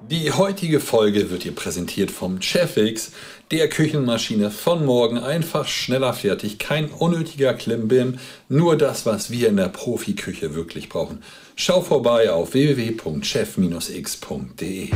Die heutige Folge wird dir präsentiert vom Chefix, der Küchenmaschine von morgen. Einfach schneller fertig, kein unnötiger Klimbim, nur das, was wir in der Profiküche wirklich brauchen. Schau vorbei auf www.chef-x.de.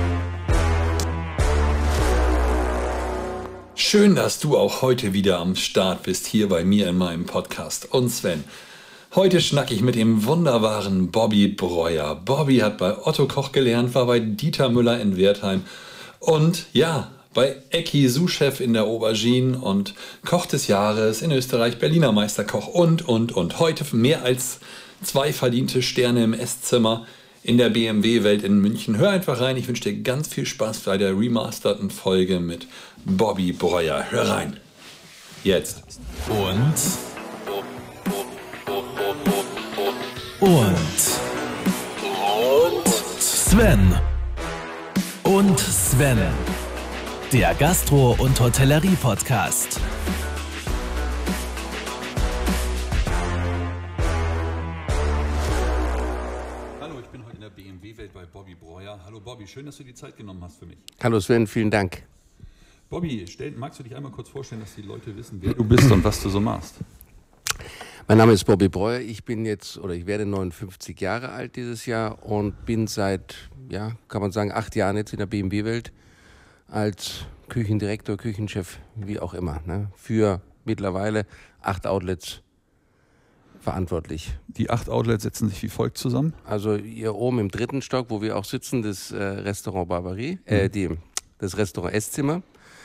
Schön, dass du auch heute wieder am Start bist, hier bei mir in meinem Podcast. Und Sven, heute schnacke ich mit dem wunderbaren Bobby Breuer. Bobby hat bei Otto Koch gelernt, war bei Dieter Müller in Wertheim und ja, bei Ecki Sous-Chef in der Aubergine und Koch des Jahres in Österreich, Berliner Meisterkoch und. Heute mehr als 2 verdiente Sterne im Esszimmer in der BMW-Welt in München. Hör einfach rein, ich wünsche dir ganz viel Spaß bei der remasterten Folge mit Bobby Breuer. Hör rein. Jetzt. Und Sven. Und Sven. Der Gastro- und Hotellerie-Podcast. Hallo, ich bin heute in der BMW-Welt bei Bobby Breuer. Hallo Bobby, schön, dass du die Zeit genommen hast für mich. Hallo Sven, vielen Dank. Bobby, magst du dich einmal kurz vorstellen, dass die Leute wissen, wer du bist und was du so machst? Mein Name ist Bobby Breuer, ich werde 59 Jahre alt dieses Jahr und bin seit, kann man sagen, 8 Jahren jetzt in der BMW-Welt als Küchendirektor, Küchenchef, wie auch immer, für mittlerweile 8 Outlets verantwortlich. Die 8 Outlets setzen sich wie folgt zusammen? Also hier oben im 3. Stock, wo wir auch sitzen, das Restaurant Barbarie, das Restaurant Esszimmer.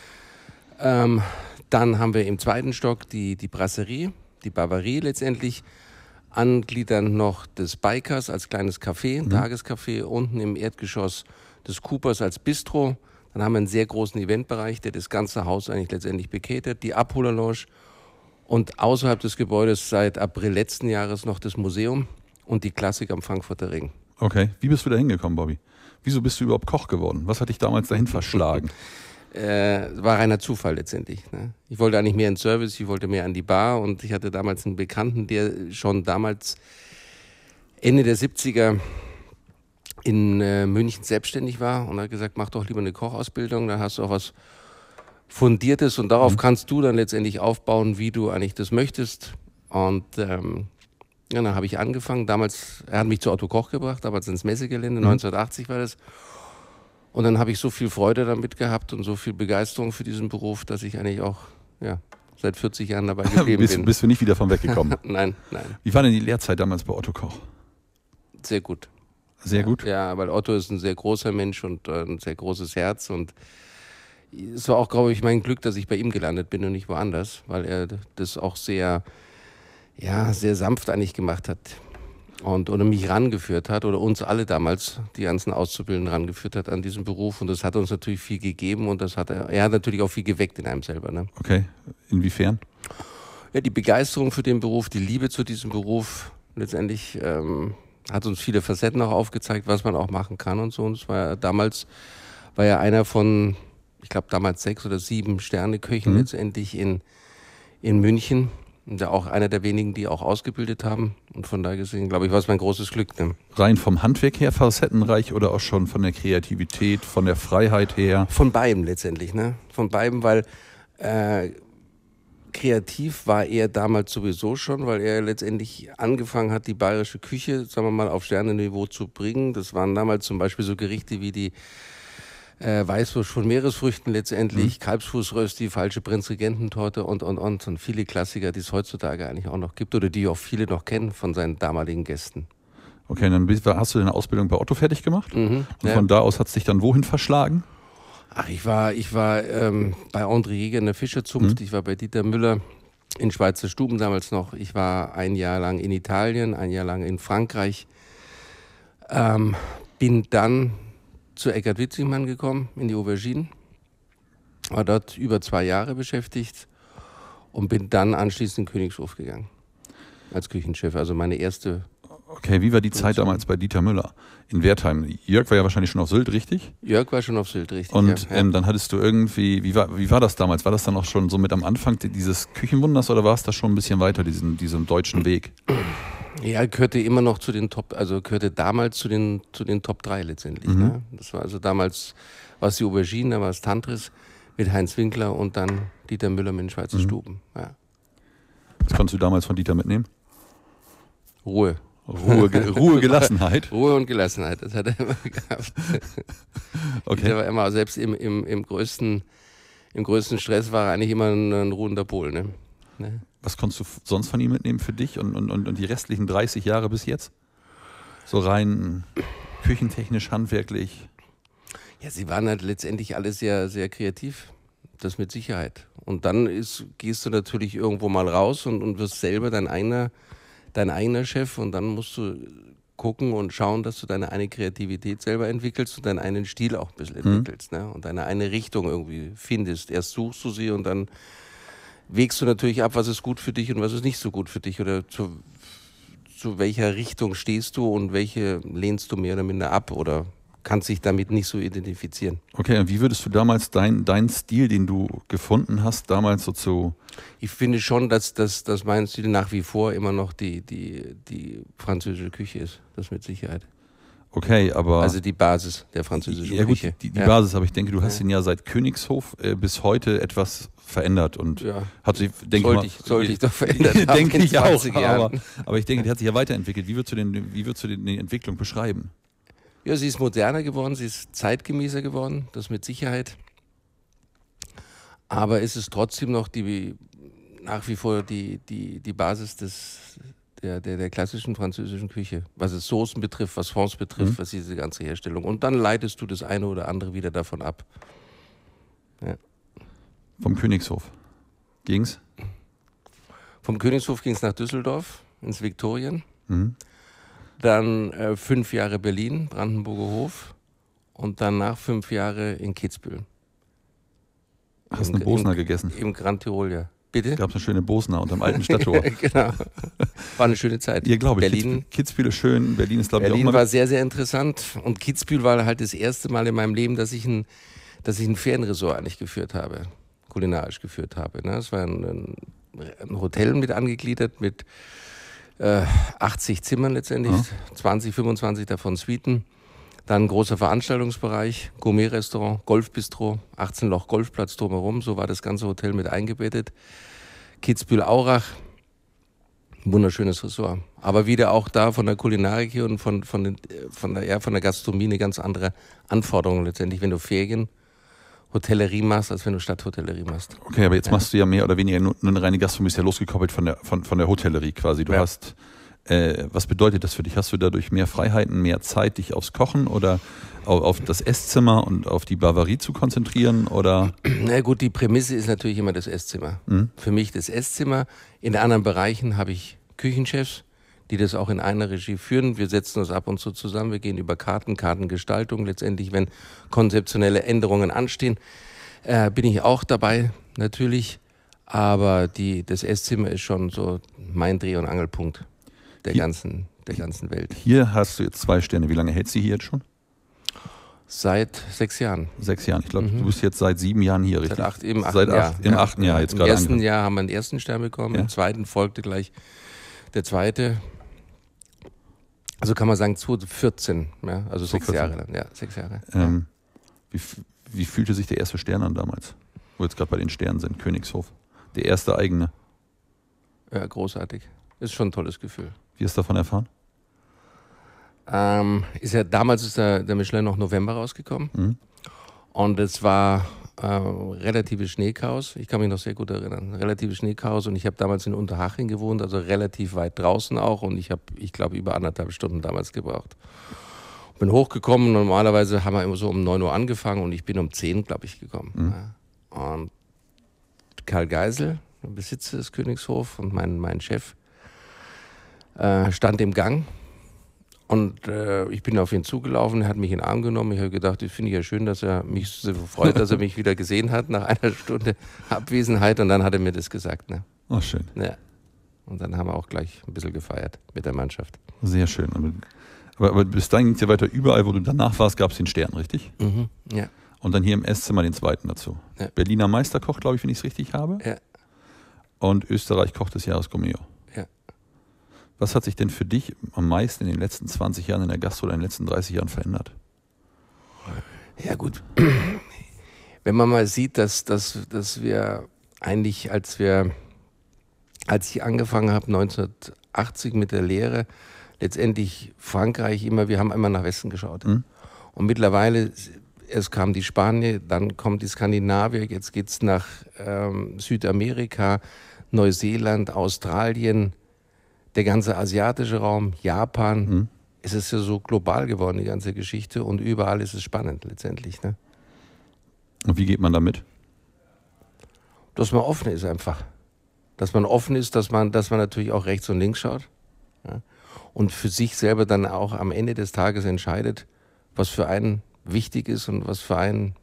Dann haben wir im 2. Stock die Brasserie, die Barbarie letztendlich, angliedern noch des Bikers als kleines Café, Tagescafé, unten im Erdgeschoss des Coopers als Bistro. Dann haben wir einen sehr großen Eventbereich, der das ganze Haus eigentlich letztendlich beketert, die Abholerlounge und außerhalb des Gebäudes seit April letzten Jahres noch das Museum und die Klassik am Frankfurter Ring. Okay, wie bist du da hingekommen, Bobby? Wieso bist du überhaupt Koch geworden? Was hat dich damals dahin verschlagen? War reiner Zufall letztendlich. Ich wollte eigentlich mehr in Service, ich wollte mehr an die Bar und ich hatte damals einen Bekannten, der schon damals Ende der 70er in München selbstständig war und hat gesagt, mach doch lieber eine Kochausbildung, da hast du auch was Fundiertes und darauf kannst du dann letztendlich aufbauen, wie du eigentlich das möchtest. Und dann habe ich angefangen. Damals, er hat mich zu Otto Koch gebracht, damals ins Messegelände, 1980 war das. Und dann habe ich so viel Freude damit gehabt und so viel Begeisterung für diesen Beruf, dass ich eigentlich auch seit 40 Jahren dabei geblieben bin. Bist du nicht wieder von weggekommen? Nein. Wie war denn die Lehrzeit damals bei Otto Koch? Sehr gut. Sehr gut? Ja, weil Otto ist ein sehr großer Mensch und ein sehr großes Herz. Und es war auch, glaube ich, mein Glück, dass ich bei ihm gelandet bin und nicht woanders, weil er das auch sehr sanft eigentlich gemacht hat. Oder mich rangeführt hat, oder uns alle damals, die ganzen Auszubildenden, rangeführt hat an diesen Beruf. Und das hat uns natürlich viel gegeben und er hat natürlich auch viel geweckt in einem selber. Ne? Okay, inwiefern? Ja, die Begeisterung für den Beruf, die Liebe zu diesem Beruf, letztendlich hat uns viele Facetten auch aufgezeigt, was man auch machen kann und so. Und es war ja einer von, ich glaube damals 6 oder 7 Sterneköchen letztendlich in München. Und ja auch einer der wenigen, die auch ausgebildet haben. Und von daher gesehen, glaube ich, war es mein großes Glück. Ne? Rein vom Handwerk her facettenreich oder auch schon von der Kreativität, von der Freiheit her? Von beidem letztendlich. Ne? Von beidem, weil kreativ war er damals sowieso schon, weil er letztendlich angefangen hat, die bayerische Küche, sagen wir mal, auf Sternenniveau zu bringen. Das waren damals zum Beispiel so Gerichte wie die Weißwurst von Meeresfrüchten letztendlich, Kalbsfußrösti, falsche Prinzregententorte und viele Klassiker, die es heutzutage eigentlich auch noch gibt oder die auch viele noch kennen von seinen damaligen Gästen. Okay, dann hast du deine Ausbildung bei Otto fertig gemacht und von da aus hat es dich dann wohin verschlagen? Ach, ich war bei André Jäger in der Fischerzunft, ich war bei Dieter Müller in Schweizer Stuben damals noch, ich war 1 Jahr lang in Italien, 1 Jahr lang in Frankreich, bin dann zu Eckhard Witzigmann gekommen, in die Aubergine, war dort über 2 Jahre beschäftigt und bin dann anschließend in den Königshof gegangen, als Küchenchef, also meine erste Okay, wie war die Zeit damals bei Dieter Müller in Wertheim? Jörg war ja wahrscheinlich schon auf Sylt, richtig? Jörg war schon auf Sylt, richtig. Und ja. dann hattest du irgendwie, wie war das damals? War das dann auch schon so mit am Anfang dieses Küchenwunders oder war es da schon ein bisschen weiter, diesem deutschen Weg? Ja, gehörte immer noch zu den Top, also gehörte damals zu den Top 3 letztendlich. Ne? Das war also damals, war es die Aubergine, dann war es Tantris mit Heinz Winkler und dann Dieter Müller mit den Schweizer Stuben. Ja. Was konntest du damals von Dieter mitnehmen? Ruhe, Gelassenheit. Ruhe und Gelassenheit, das hat er immer gehabt. Okay. Der war immer, selbst im größten Stress war er eigentlich immer ein ruhender Pol. Ne? Was konntest du sonst von ihm mitnehmen für dich und die restlichen 30 Jahre bis jetzt? So rein küchentechnisch, handwerklich? Ja, sie waren halt letztendlich alle sehr, sehr kreativ. Das mit Sicherheit. Und dann gehst du natürlich irgendwo mal raus und wirst selber dein eigener Chef und dann musst du gucken und schauen, dass du deine eine Kreativität selber entwickelst und deinen einen Stil auch ein bisschen entwickelst. Ne? Und deine eine Richtung irgendwie findest. Erst suchst du sie und dann wägst du natürlich ab, was ist gut für dich und was ist nicht so gut für dich oder zu welcher Richtung stehst du und welche lehnst du mehr oder minder ab oder kannst dich damit nicht so identifizieren. Okay, und wie würdest du damals deinen Stil, den du gefunden hast, damals so zu... Ich finde schon, dass mein Stil nach wie vor immer noch die französische Küche ist. Das mit Sicherheit. Okay, aber... Also die Basis der französischen Küche. Ja gut, die Basis, aber ich denke, du hast ihn ja seit Königshof bis heute etwas verändert und hat sich, sollte ich doch verändert haben. Denke ich auch, Jahren. aber ich denke, die hat sich ja weiterentwickelt. Wie würdest du die Entwicklung beschreiben? Ja, sie ist moderner geworden, sie ist zeitgemäßer geworden, das mit Sicherheit. Aber es ist trotzdem noch nach wie vor die Basis der klassischen französischen Küche, was es Soßen betrifft, was Fonds betrifft, was diese ganze Herstellung. Und dann leitest du das eine oder andere wieder davon ab. Ja. Vom Königshof ging's? Vom Königshof ging es nach Düsseldorf, ins Viktorien. Dann 5 Jahre Berlin, Brandenburger Hof und danach 5 Jahre in Kitzbühel. Hast du eine Bosner gegessen? Im Grand Tirol, ja. Bitte? Gab es eine schöne Bosner unterm alten Stadttor. Genau. War eine schöne Zeit. Ja, glaube ich. Berlin, Kitzbühel ist schön, Berlin ist, glaube ich, auch Berlin mal... war sehr, sehr interessant und Kitzbühel war halt das erste Mal in meinem Leben, dass ich ein Ferienresort eigentlich geführt habe, kulinarisch geführt habe. Ne? Es war ein Hotel mit angegliedert mit 80 Zimmern letztendlich, 20, 25 davon Suiten. Dann ein großer Veranstaltungsbereich, Gourmet-Restaurant, Golfbistro, 18 Loch Golfplatz drumherum, so war das ganze Hotel mit eingebettet. Kitzbühel-Aurach, ein wunderschönes Ressort. Aber wieder auch da von der Kulinarik hier und von der Gastronomie eine ganz andere Anforderung letztendlich, wenn du Hotellerie machst, als wenn du Stadthotellerie machst. Okay, aber jetzt machst du ja mehr oder weniger nur eine reine Gastronomie, ist ja losgekoppelt von der Hotellerie quasi. Du hast, was bedeutet das für dich? Hast du dadurch mehr Freiheiten, mehr Zeit, dich aufs Kochen oder auf das Esszimmer und auf die Bavarie zu konzentrieren? Oder? Na gut, die Prämisse ist natürlich immer das Esszimmer. Für mich das Esszimmer. In anderen Bereichen habe ich Küchenchefs, die das auch in einer Regie führen. Wir setzen uns ab und zu zusammen, wir gehen über Kartengestaltung. Letztendlich, wenn konzeptionelle Änderungen anstehen, bin ich auch dabei, natürlich. Aber das Esszimmer ist schon so mein Dreh- und Angelpunkt der ganzen Welt. Hier hast du jetzt 2 Sterne. Wie lange hältst du hier jetzt schon? Seit 6 Jahren. 6 Jahren. Ich glaube, du bist jetzt seit 7 Jahren hier, richtig? Im 8. Jahr. Im 8. Jahr jetzt Im gerade. Im ersten Jahr haben wir den ersten Stern bekommen, im zweiten folgte gleich der zweite. Also kann man sagen 2014, ja, also 6 Jahre lang. Ja, 6 Jahre. Wie fühlte sich der erste Stern an damals? Wo wir jetzt gerade bei den Sternen sind, Königshof. Der erste eigene. Ja, großartig. Ist schon ein tolles Gefühl. Wie hast du davon erfahren? Damals ist der Michelin noch November rausgekommen. Und es war relatives Schneechaos. Ich kann mich noch sehr gut erinnern. Relatives Schneechaos und ich habe damals in Unterhaching gewohnt, also relativ weit draußen auch und ich glaube, über 1,5 Stunden damals gebraucht. Bin hochgekommen, normalerweise haben wir immer so um 9 Uhr angefangen und ich bin um 10, glaube ich, gekommen. Und Karl Geisel, der Besitzer des Königshof und mein Chef, stand im Gang. Und ich bin auf ihn zugelaufen, er hat mich in den Arm genommen. Ich habe gedacht, das finde ich ja schön, dass er mich so freut, dass er mich wieder gesehen hat nach einer Stunde Abwesenheit. Und dann hat er mir das gesagt. Ne? Oh, schön. Ja. Und dann haben wir auch gleich ein bisschen gefeiert mit der Mannschaft. Sehr schön. Aber bis dahin ging es ja weiter. Überall, wo du danach warst, gab es den Stern, richtig? Mhm, ja. Und dann hier im Esszimmer den zweiten dazu. Ja. Berliner Meisterkoch, glaube ich, wenn ich es richtig habe. Ja. Und Österreich Koch des Jahres Gourmet. Ja. Was hat sich denn für dich am meisten in den letzten 20 Jahren in der Gastro oder in den letzten 30 Jahren verändert? Ja gut, wenn man mal sieht, dass wir eigentlich, als ich angefangen habe 1980 mit der Lehre, letztendlich Frankreich wir haben immer nach Westen geschaut. Und mittlerweile, erst kamen die Spanier, dann kommen die Skandinavier, jetzt geht es nach Südamerika, Neuseeland, Australien, der ganze asiatische Raum, Japan. Es ist ja so global geworden, die ganze Geschichte, und überall ist es spannend letztendlich. Ne? Und wie geht man damit? Dass man offen ist einfach. Dass man offen ist, dass man natürlich auch rechts und links schaut. Ja? Und für sich selber dann auch am Ende des Tages entscheidet, was für einen wichtig ist und was für einen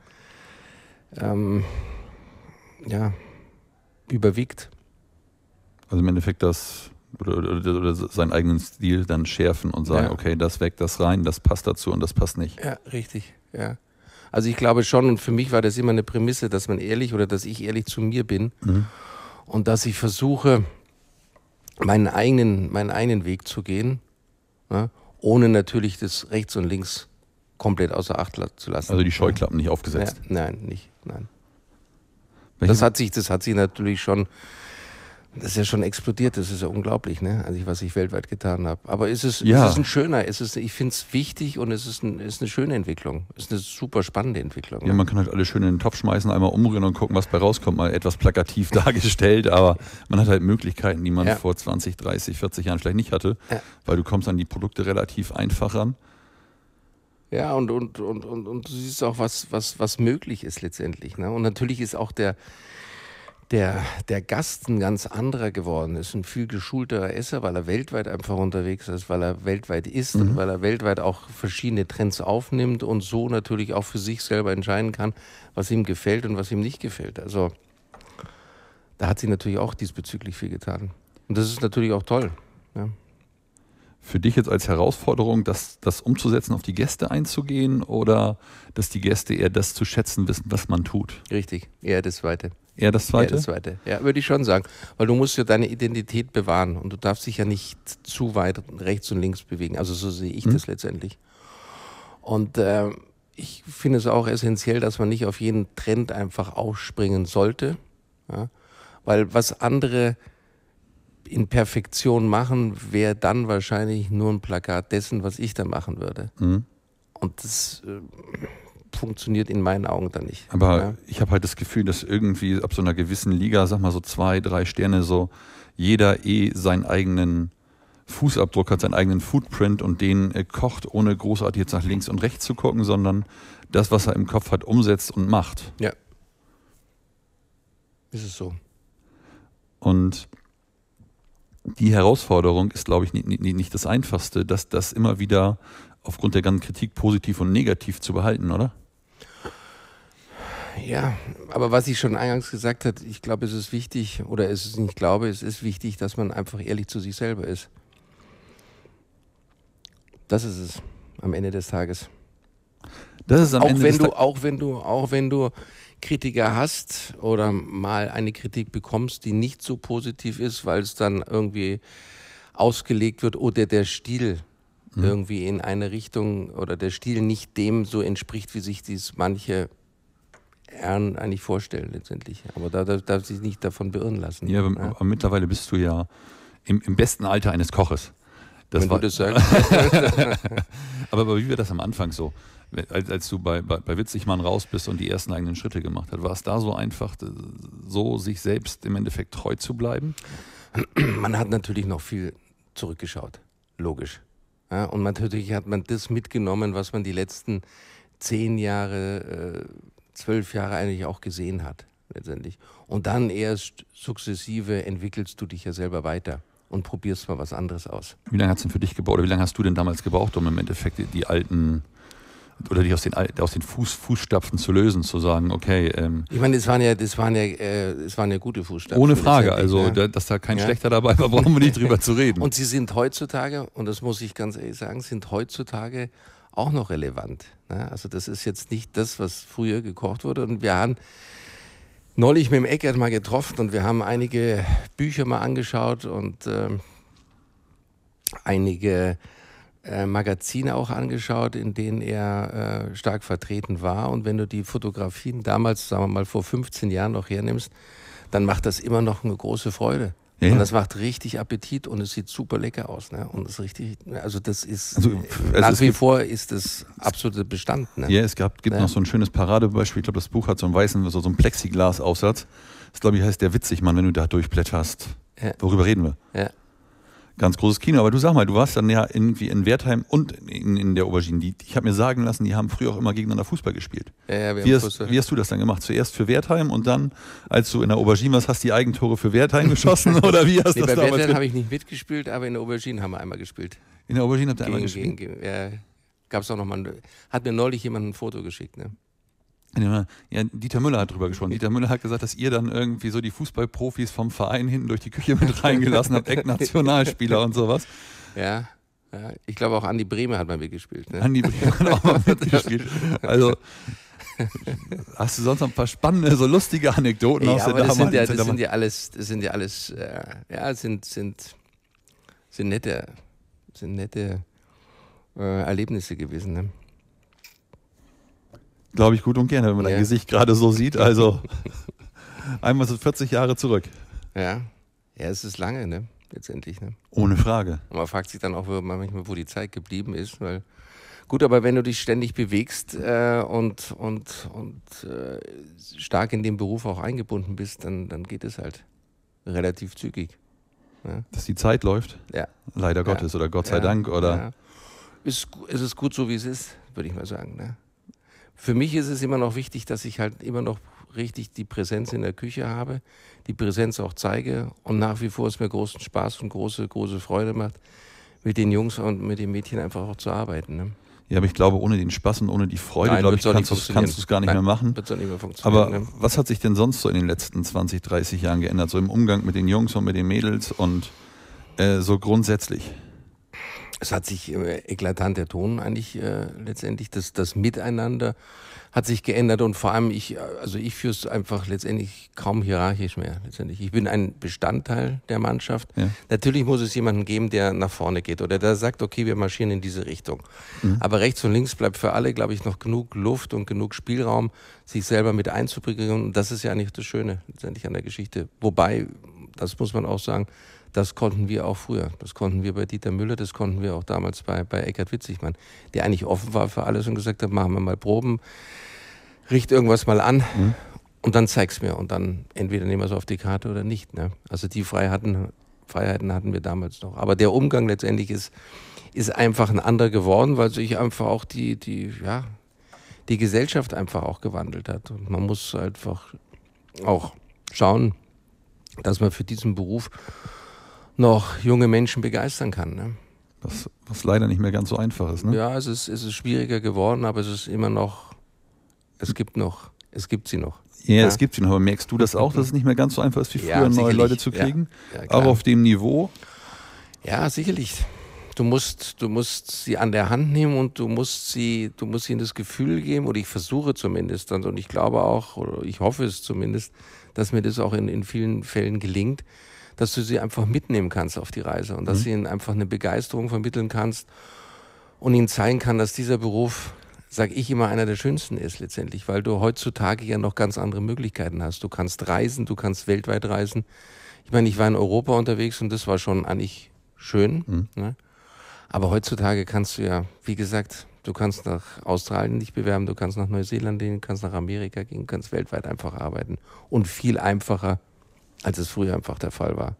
überwiegt. Also im Endeffekt oder seinen eigenen Stil dann schärfen und sagen, okay, das weg, das rein, das passt dazu und das passt nicht. Ja, richtig, ja. Also ich glaube schon, und für mich war das immer eine Prämisse, dass dass ich ehrlich zu mir bin und dass ich versuche, meinen eigenen Weg zu gehen, ja, ohne natürlich das rechts und links komplett außer Acht zu lassen. Also die Scheuklappen nicht aufgesetzt? Ja, nein. Das hat sich natürlich schon, das ist ja schon explodiert, das ist ja unglaublich, ne? Also was ich weltweit getan habe. Aber es ist ein schöner, ich finde es wichtig und es ist eine schöne Entwicklung. Es ist eine super spannende Entwicklung. Ja, man kann halt alles schön in den Topf schmeißen, einmal umrühren und gucken, was bei rauskommt. Mal etwas plakativ dargestellt, aber man hat halt Möglichkeiten, die man vor 20, 30, 40 Jahren vielleicht nicht hatte, weil du kommst an die Produkte relativ einfach ran. Ja, und du siehst auch, was möglich ist letztendlich. Ne? Und natürlich ist auch der Gast ein ganz anderer geworden, ist ein viel geschulterer Esser, weil er weltweit einfach unterwegs ist, weil er weltweit isst und weil er weltweit auch verschiedene Trends aufnimmt und so natürlich auch für sich selber entscheiden kann, was ihm gefällt und was ihm nicht gefällt. Also da hat sie natürlich auch diesbezüglich viel getan. Und das ist natürlich auch toll. Ja. Für dich jetzt als Herausforderung, das umzusetzen, auf die Gäste einzugehen oder dass die Gäste eher das zu schätzen wissen, was man tut? Richtig, eher das Zweite. Eher das Zweite? Eher das Zweite, ja, würde ich schon sagen. Weil du musst ja deine Identität bewahren und du darfst dich ja nicht zu weit rechts und links bewegen. Also so sehe ich das letztendlich. Und ich finde es auch essentiell, dass man nicht auf jeden Trend einfach aufspringen sollte. Ja? Weil was andere in Perfektion machen, wäre dann wahrscheinlich nur ein Plakat dessen, was ich da machen würde. Und das funktioniert in meinen Augen dann nicht. Aber ich habe halt das Gefühl, dass irgendwie ab so einer gewissen Liga, sag mal so 2, 3 Sterne, so jeder seinen eigenen Fußabdruck hat, seinen eigenen Footprint und den kocht, ohne großartig jetzt nach links und rechts zu gucken, sondern das, was er im Kopf hat, umsetzt und macht. Ja. Ist es so. Und die Herausforderung ist, glaube ich, nicht das Einfachste, das immer wieder aufgrund der ganzen Kritik positiv und negativ zu behalten, oder? Ja, aber was ich schon eingangs gesagt habe, ich glaube, es ist wichtig, es ist wichtig, dass man einfach ehrlich zu sich selber ist. Das ist es am Ende des Tages. Das ist am Ende des Tages. Auch wenn du Kritiker hast oder mal eine Kritik bekommst, die nicht so positiv ist, weil es dann irgendwie ausgelegt wird oder der Stil irgendwie in eine Richtung oder der Stil nicht dem so entspricht, wie sich dies manche Herren eigentlich vorstellen letztendlich. Aber da darf sich nicht davon beirren lassen. Ja, aber mittlerweile bist du ja im besten Alter eines Koches. Wenn du das sagst. Aber wie war das am Anfang so? Als du bei Witzigmann raus bist und die ersten eigenen Schritte gemacht hast, war es da so einfach, so sich selbst im Endeffekt treu zu bleiben? Man hat natürlich noch viel zurückgeschaut, logisch. Ja, und natürlich hat man das mitgenommen, was man die letzten 10 Jahre, 12 Jahre eigentlich auch gesehen hat, letztendlich. Und dann erst sukzessive entwickelst du dich ja selber weiter und probierst mal was anderes aus. Wie lange hat es denn für dich gebraucht, oder wie lange hast du denn damals gebraucht, um im Endeffekt die alten oder dich aus den Fußstapfen zu lösen, zu sagen, okay. Ich meine, es waren ja gute Fußstapfen. Ohne Frage, also dass da kein schlechter dabei war, brauchen wir nicht drüber zu reden. Und sie sind heutzutage, und das muss ich ganz ehrlich sagen, sind heutzutage auch noch relevant. Ne? Also das ist jetzt nicht das, was früher gekocht wurde. Und wir haben neulich mit dem Eckert mal getroffen und wir haben einige Bücher mal angeschaut und einige Magazine auch angeschaut, in denen er stark vertreten war. Und wenn du die Fotografien damals, sagen wir mal vor 15 Jahren noch hernimmst, dann macht das immer noch eine große Freude. Ja. Und das macht richtig Appetit und es sieht super lecker aus. Ne? Und das richtig, also das ist, nach wie vor ist das absolute Bestand. Ne? Ja, es gibt noch so ein schönes Paradebeispiel. Ich glaube, das Buch hat so einen weißen, so einen Plexiglas-Aufsatz. Das, glaube ich, heißt Der Witzigmann, wenn du da durchblätterst. Ja. Worüber reden wir? Ja. Ganz großes Kino. Aber du sag mal, du warst dann ja irgendwie in Wertheim und in der Aubergine. Ich habe mir sagen lassen, die haben früher auch immer gegeneinander Fußball gespielt. Ja, wie hast du das dann gemacht? Zuerst für Wertheim und dann, als du in der Aubergine warst, hast du die Eigentore für Wertheim geschossen? Oder wie hast du das damals? Bei Wertheim habe ich nicht mitgespielt, aber in der Aubergine haben wir einmal gespielt. In der Aubergine habt ihr einmal gespielt? Gab's auch noch mal, hat mir neulich jemand ein Foto geschickt, ne? Ja, Dieter Müller hat drüber gesprochen. Dieter Müller hat gesagt, dass ihr dann irgendwie so die Fußballprofis vom Verein hinten durch die Küche mit reingelassen habt, Eck-Nationalspieler und sowas. Ja, ich glaube auch Andi Brehme hat mal mitgespielt. Ne? Andi Brehme hat auch mal mitgespielt. Also hast du sonst noch ein paar spannende, so lustige Anekdoten aus der damaligen Zeit? Das sind ja alles nette Erlebnisse gewesen, ne? Glaube ich gut und gerne, wenn man dein Gesicht gerade so sieht. Also einmal so 40 Jahre zurück. Ja, es ist lange, ne? Letztendlich, ne? Ohne Frage. Und man fragt sich dann auch manchmal, wo die Zeit geblieben ist, weil gut, aber wenn du dich ständig bewegst und stark in den Beruf auch eingebunden bist, dann geht es halt relativ zügig. Ja? Dass die Zeit läuft? Ja. Leider Gottes oder Gott sei Dank, oder? Ja. Es ist gut so, wie es ist, würde ich mal sagen, ne? Für mich ist es immer noch wichtig, dass ich halt immer noch richtig die Präsenz in der Küche habe, die Präsenz auch zeige und nach wie vor es mir großen Spaß und große Freude macht, mit den Jungs und mit den Mädchen einfach auch zu arbeiten. Ne? Ja, aber ich glaube, ohne den Spaß und ohne die Freude, glaube ich, kannst du es gar nicht mehr machen. Wird's auch nicht mehr funktionieren. Aber was hat sich denn sonst so in den letzten 20, 30 Jahren geändert, so im Umgang mit den Jungs und mit den Mädels und so grundsätzlich? Es hat sich eklatant der Ton eigentlich letztendlich, das Miteinander hat sich geändert und vor allem ich führe es einfach letztendlich kaum hierarchisch mehr letztendlich. Ich bin ein Bestandteil der Mannschaft. Ja. Natürlich muss es jemanden geben, der nach vorne geht oder der sagt, okay, wir marschieren in diese Richtung. Mhm. Aber rechts und links bleibt für alle, glaube ich, noch genug Luft und genug Spielraum, sich selber mit einzubringen und das ist ja eigentlich das Schöne letztendlich an der Geschichte. Wobei, das muss man auch sagen, das konnten wir auch früher. Das konnten wir bei Dieter Müller, das konnten wir auch damals bei Eckhard Witzigmann, der eigentlich offen war für alles und gesagt hat, machen wir mal Proben, richt irgendwas mal an und dann zeig's mir. Und dann entweder nehmen wir es auf die Karte oder nicht. Ne? Also die Freiheiten hatten wir damals noch. Aber der Umgang letztendlich ist einfach ein anderer geworden, weil sich einfach auch die Gesellschaft einfach auch gewandelt hat. Und man muss einfach auch schauen, dass man für diesen Beruf noch junge Menschen begeistern kann. Ne? Was leider nicht mehr ganz so einfach ist. Ne? Ja, es ist schwieriger geworden, aber es ist immer noch, es gibt sie noch. Ja, es gibt sie noch, aber merkst du das auch, dass es nicht mehr ganz so einfach ist, wie früher neue Leute zu kriegen? Ja, auch auf dem Niveau? Ja, sicherlich. Du musst sie an der Hand nehmen und du musst ihnen das Gefühl geben, oder ich versuche zumindest, und ich glaube auch, oder ich hoffe es zumindest, dass mir das auch in vielen Fällen gelingt, dass du sie einfach mitnehmen kannst auf die Reise und dass du ihnen einfach eine Begeisterung vermitteln kannst und ihnen zeigen kann, dass dieser Beruf, sage ich immer, einer der schönsten ist letztendlich, weil du heutzutage ja noch ganz andere Möglichkeiten hast. Du kannst reisen, du kannst weltweit reisen. Ich meine, ich war in Europa unterwegs und das war schon eigentlich schön. Ne? Aber heutzutage kannst du ja, wie gesagt, du kannst nach Australien dich bewerben, du kannst nach Neuseeland gehen, kannst nach Amerika gehen, kannst weltweit einfach arbeiten. Und viel einfacher, als es früher einfach der Fall war.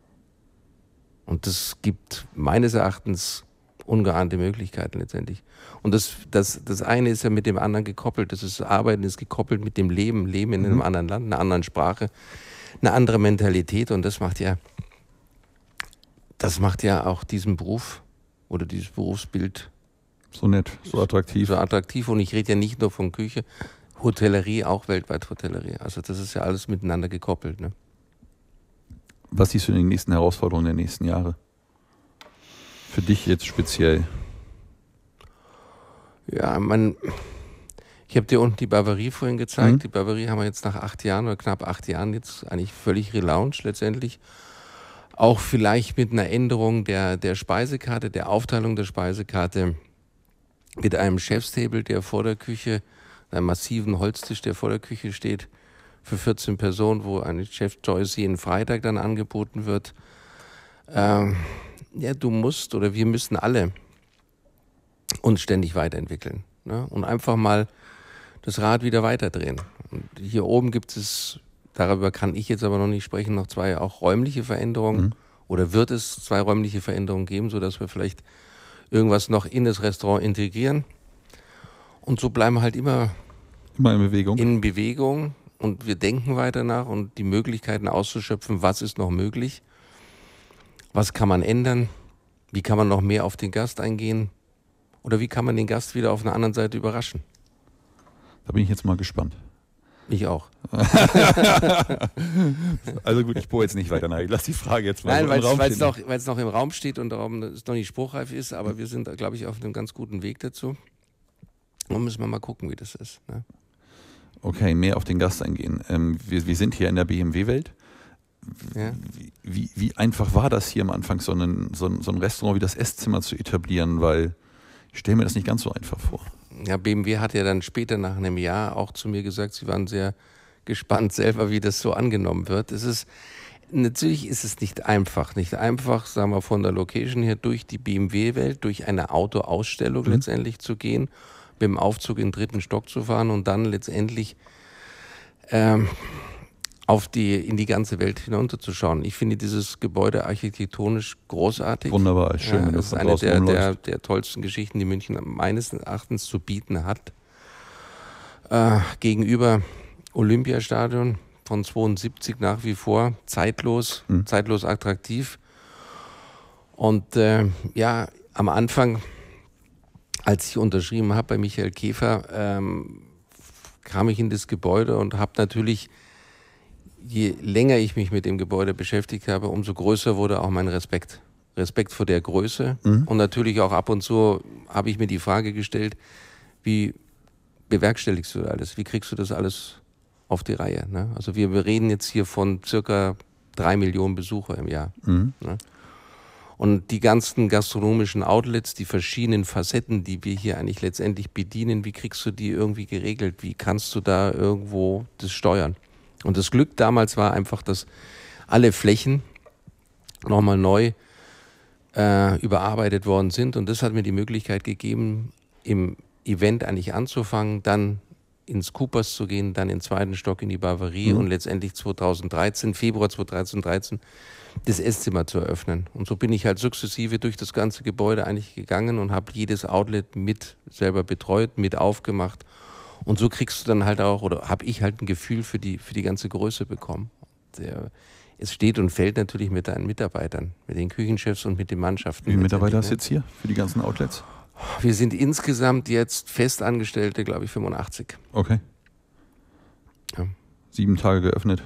Und das gibt meines Erachtens ungeahnte Möglichkeiten letztendlich. Und das eine ist ja mit dem anderen gekoppelt. Das Arbeiten ist gekoppelt mit dem Leben in einem anderen Land, einer anderen Sprache, eine andere Mentalität. Und das macht ja auch diesen Beruf oder dieses Berufsbild So nett, so attraktiv. So attraktiv, und ich rede ja nicht nur von Küche, Hotellerie, auch weltweit Hotellerie. Also das ist ja alles miteinander gekoppelt. Ne? Was siehst du in den nächsten Herausforderungen der nächsten Jahre? Für dich jetzt speziell? Ja, ich habe dir unten die Bavarie vorhin gezeigt. Die Bavarie haben wir jetzt nach 8 Jahren oder knapp 8 Jahren jetzt eigentlich völlig relaunched letztendlich. Auch vielleicht mit einer Änderung der Speisekarte, der Aufteilung der Speisekarte, mit einem Chefstable, der vor der Küche, einem massiven Holztisch, der vor der Küche steht, für 14 Personen, wo eine Chef-Choice jeden Freitag dann angeboten wird. Ja, du musst oder wir müssen alle uns ständig weiterentwickeln, ne? Und einfach mal das Rad wieder weiterdrehen. Und hier oben gibt es, darüber kann ich jetzt aber noch nicht sprechen, noch 2 auch räumliche Veränderungen, oder wird es 2 räumliche Veränderungen geben, sodass wir vielleicht irgendwas noch in das Restaurant integrieren. Und so bleiben wir halt immer in Bewegung, und wir denken weiter nach und die Möglichkeiten auszuschöpfen, was ist noch möglich, was kann man ändern, wie kann man noch mehr auf den Gast eingehen oder wie kann man den Gast wieder auf einer anderen Seite überraschen. Da bin ich jetzt mal gespannt. Ich auch. Also gut, ich bohre jetzt nicht weiter nach. Ich lasse die Frage jetzt mal. Nein, so im Raum weil stehen. es noch im Raum steht und es noch nicht spruchreif ist, aber wir sind, glaube ich, auf einem ganz guten Weg dazu. Und müssen wir mal gucken, wie das ist. Ne? Okay, mehr auf den Gast eingehen. Wir sind hier in der BMW-Welt. Ja. Wie einfach war das hier am Anfang, so ein Restaurant wie das Esszimmer zu etablieren? Weil ich stelle mir das nicht ganz so einfach vor. Ja, BMW hat ja dann später nach einem Jahr auch zu mir gesagt, sie waren sehr gespannt selber, wie das so angenommen wird. Natürlich ist es nicht einfach, sagen wir, von der Location her durch die BMW-Welt, durch eine Autoausstellung letztendlich zu gehen, mit dem Aufzug in den 3. Stock zu fahren und dann letztendlich in die ganze Welt hinunterzuschauen. Ich finde dieses Gebäude architektonisch großartig. Wunderbar, schön, wenn das ist eine der tollsten Geschichten, die München meines Erachtens zu bieten hat. Gegenüber Olympiastadion von 72 nach wie vor zeitlos attraktiv. Und ja, am Anfang, als ich unterschrieben habe bei Michael Käfer, kam ich in das Gebäude und habe natürlich, je länger ich mich mit dem Gebäude beschäftigt habe, umso größer wurde auch mein Respekt. Respekt vor der Größe. Und natürlich auch ab und zu habe ich mir die Frage gestellt, wie bewerkstelligst du alles? Wie kriegst du das alles auf die Reihe? Ne? Also wir reden jetzt hier von circa 3 Millionen Besucher im Jahr. Ne? Und die ganzen gastronomischen Outlets, die verschiedenen Facetten, die wir hier eigentlich letztendlich bedienen, wie kriegst du die irgendwie geregelt? Wie kannst du da irgendwo das steuern? Und das Glück damals war einfach, dass alle Flächen nochmal neu überarbeitet worden sind. Und das hat mir die Möglichkeit gegeben, im Event eigentlich anzufangen, dann ins Coopers zu gehen, dann in den 2. Stock in die Bavarie und letztendlich Februar 2013, das Esszimmer zu eröffnen. Und so bin ich halt sukzessive durch das ganze Gebäude eigentlich gegangen und habe jedes Outlet mit selber betreut, mit aufgemacht. Und so kriegst du dann halt auch, oder habe ich halt ein Gefühl für die ganze Größe bekommen. Es steht und fällt natürlich mit deinen Mitarbeitern, mit den Küchenchefs und mit den Mannschaften. Wie viele Mitarbeiter hast du jetzt hier für die ganzen Outlets? Wir sind insgesamt jetzt Festangestellte, glaube ich, 85. Okay. Ja. 7 Tage geöffnet?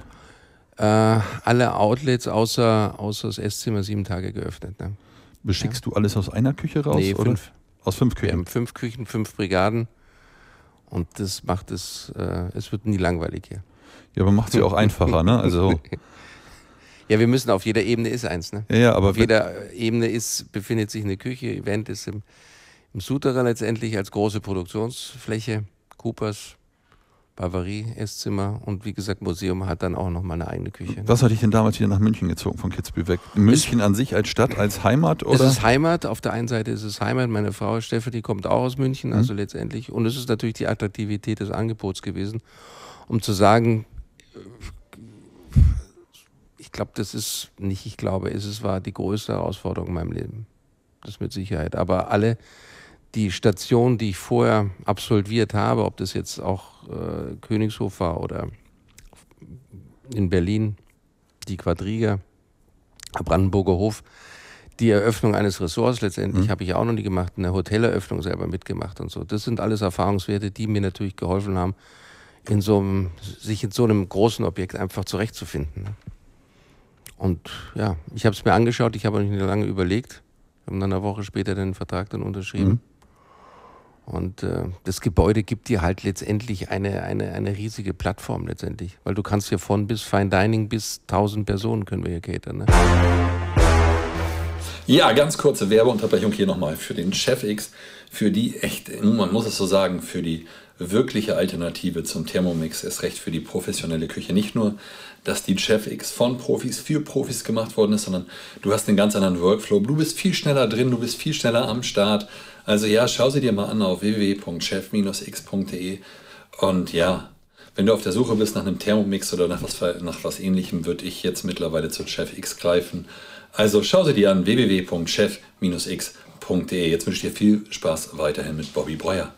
Alle Outlets außer das Esszimmer 7 Tage geöffnet. Ne? Beschickst du alles aus einer Küche raus? Nee, oder? 5. Aus 5 Küchen? Wir haben 5 Küchen, 5 Brigaden. Und das macht es wird nie langweilig hier. Ja, aber macht es ja auch einfacher, ne? Also ja, wir müssen auf jeder Ebene ist eins, ne? Ja, aber auf jeder Ebene befindet sich eine Küche. Event ist im Souterrain letztendlich als große Produktionsfläche. Coopers, Bavarie, Esszimmer und wie gesagt, Museum hat dann auch nochmal eine eigene Küche. Was hat dich denn damals wieder nach München gezogen, von Kitzbühel weg? München an sich als Stadt, als Heimat? Oder? Es ist Heimat, auf der einen Seite ist es Heimat. Meine Frau Steffi, die kommt auch aus München, also letztendlich. Und es ist natürlich die Attraktivität des Angebots gewesen, um zu sagen, es war die größte Herausforderung in meinem Leben. Das mit Sicherheit. Aber alle die Stationen, die ich vorher absolviert habe, ob das jetzt auch Königshof war oder in Berlin, die Quadriga, Brandenburger Hof, Die Eröffnung eines Ressorts letztendlich habe ich auch noch nie gemacht, eine Hoteleröffnung selber mitgemacht und so. Das sind alles Erfahrungswerte, die mir natürlich geholfen haben, sich in so einem großen Objekt einfach zurechtzufinden. Ne? Und ja, ich habe es mir angeschaut, ich habe nicht lange überlegt, habe dann eine Woche später den Vertrag dann unterschrieben. Und das Gebäude gibt dir halt letztendlich eine riesige Plattform letztendlich, weil du kannst hier von bis Fine Dining bis 1000 Personen können wir hier catern. Ne? Ja, ganz kurze Werbeunterbrechung hier nochmal für den Chef X, für die echt, man muss es so sagen, für die wirkliche Alternative zum Thermomix, ist recht für die professionelle Küche. Nicht nur, dass die Chef X von Profis für Profis gemacht worden ist, sondern du hast einen ganz anderen Workflow. Du bist viel schneller drin, du bist viel schneller am Start. Also ja, schau sie dir mal an auf www.chef-x.de und ja, wenn du auf der Suche bist nach einem Thermomix oder nach was Ähnlichem, würde ich jetzt mittlerweile zu Chef X greifen. Also schau sie dir an, www.chef-x.de. Jetzt wünsche ich dir viel Spaß weiterhin mit Bobby Breuer.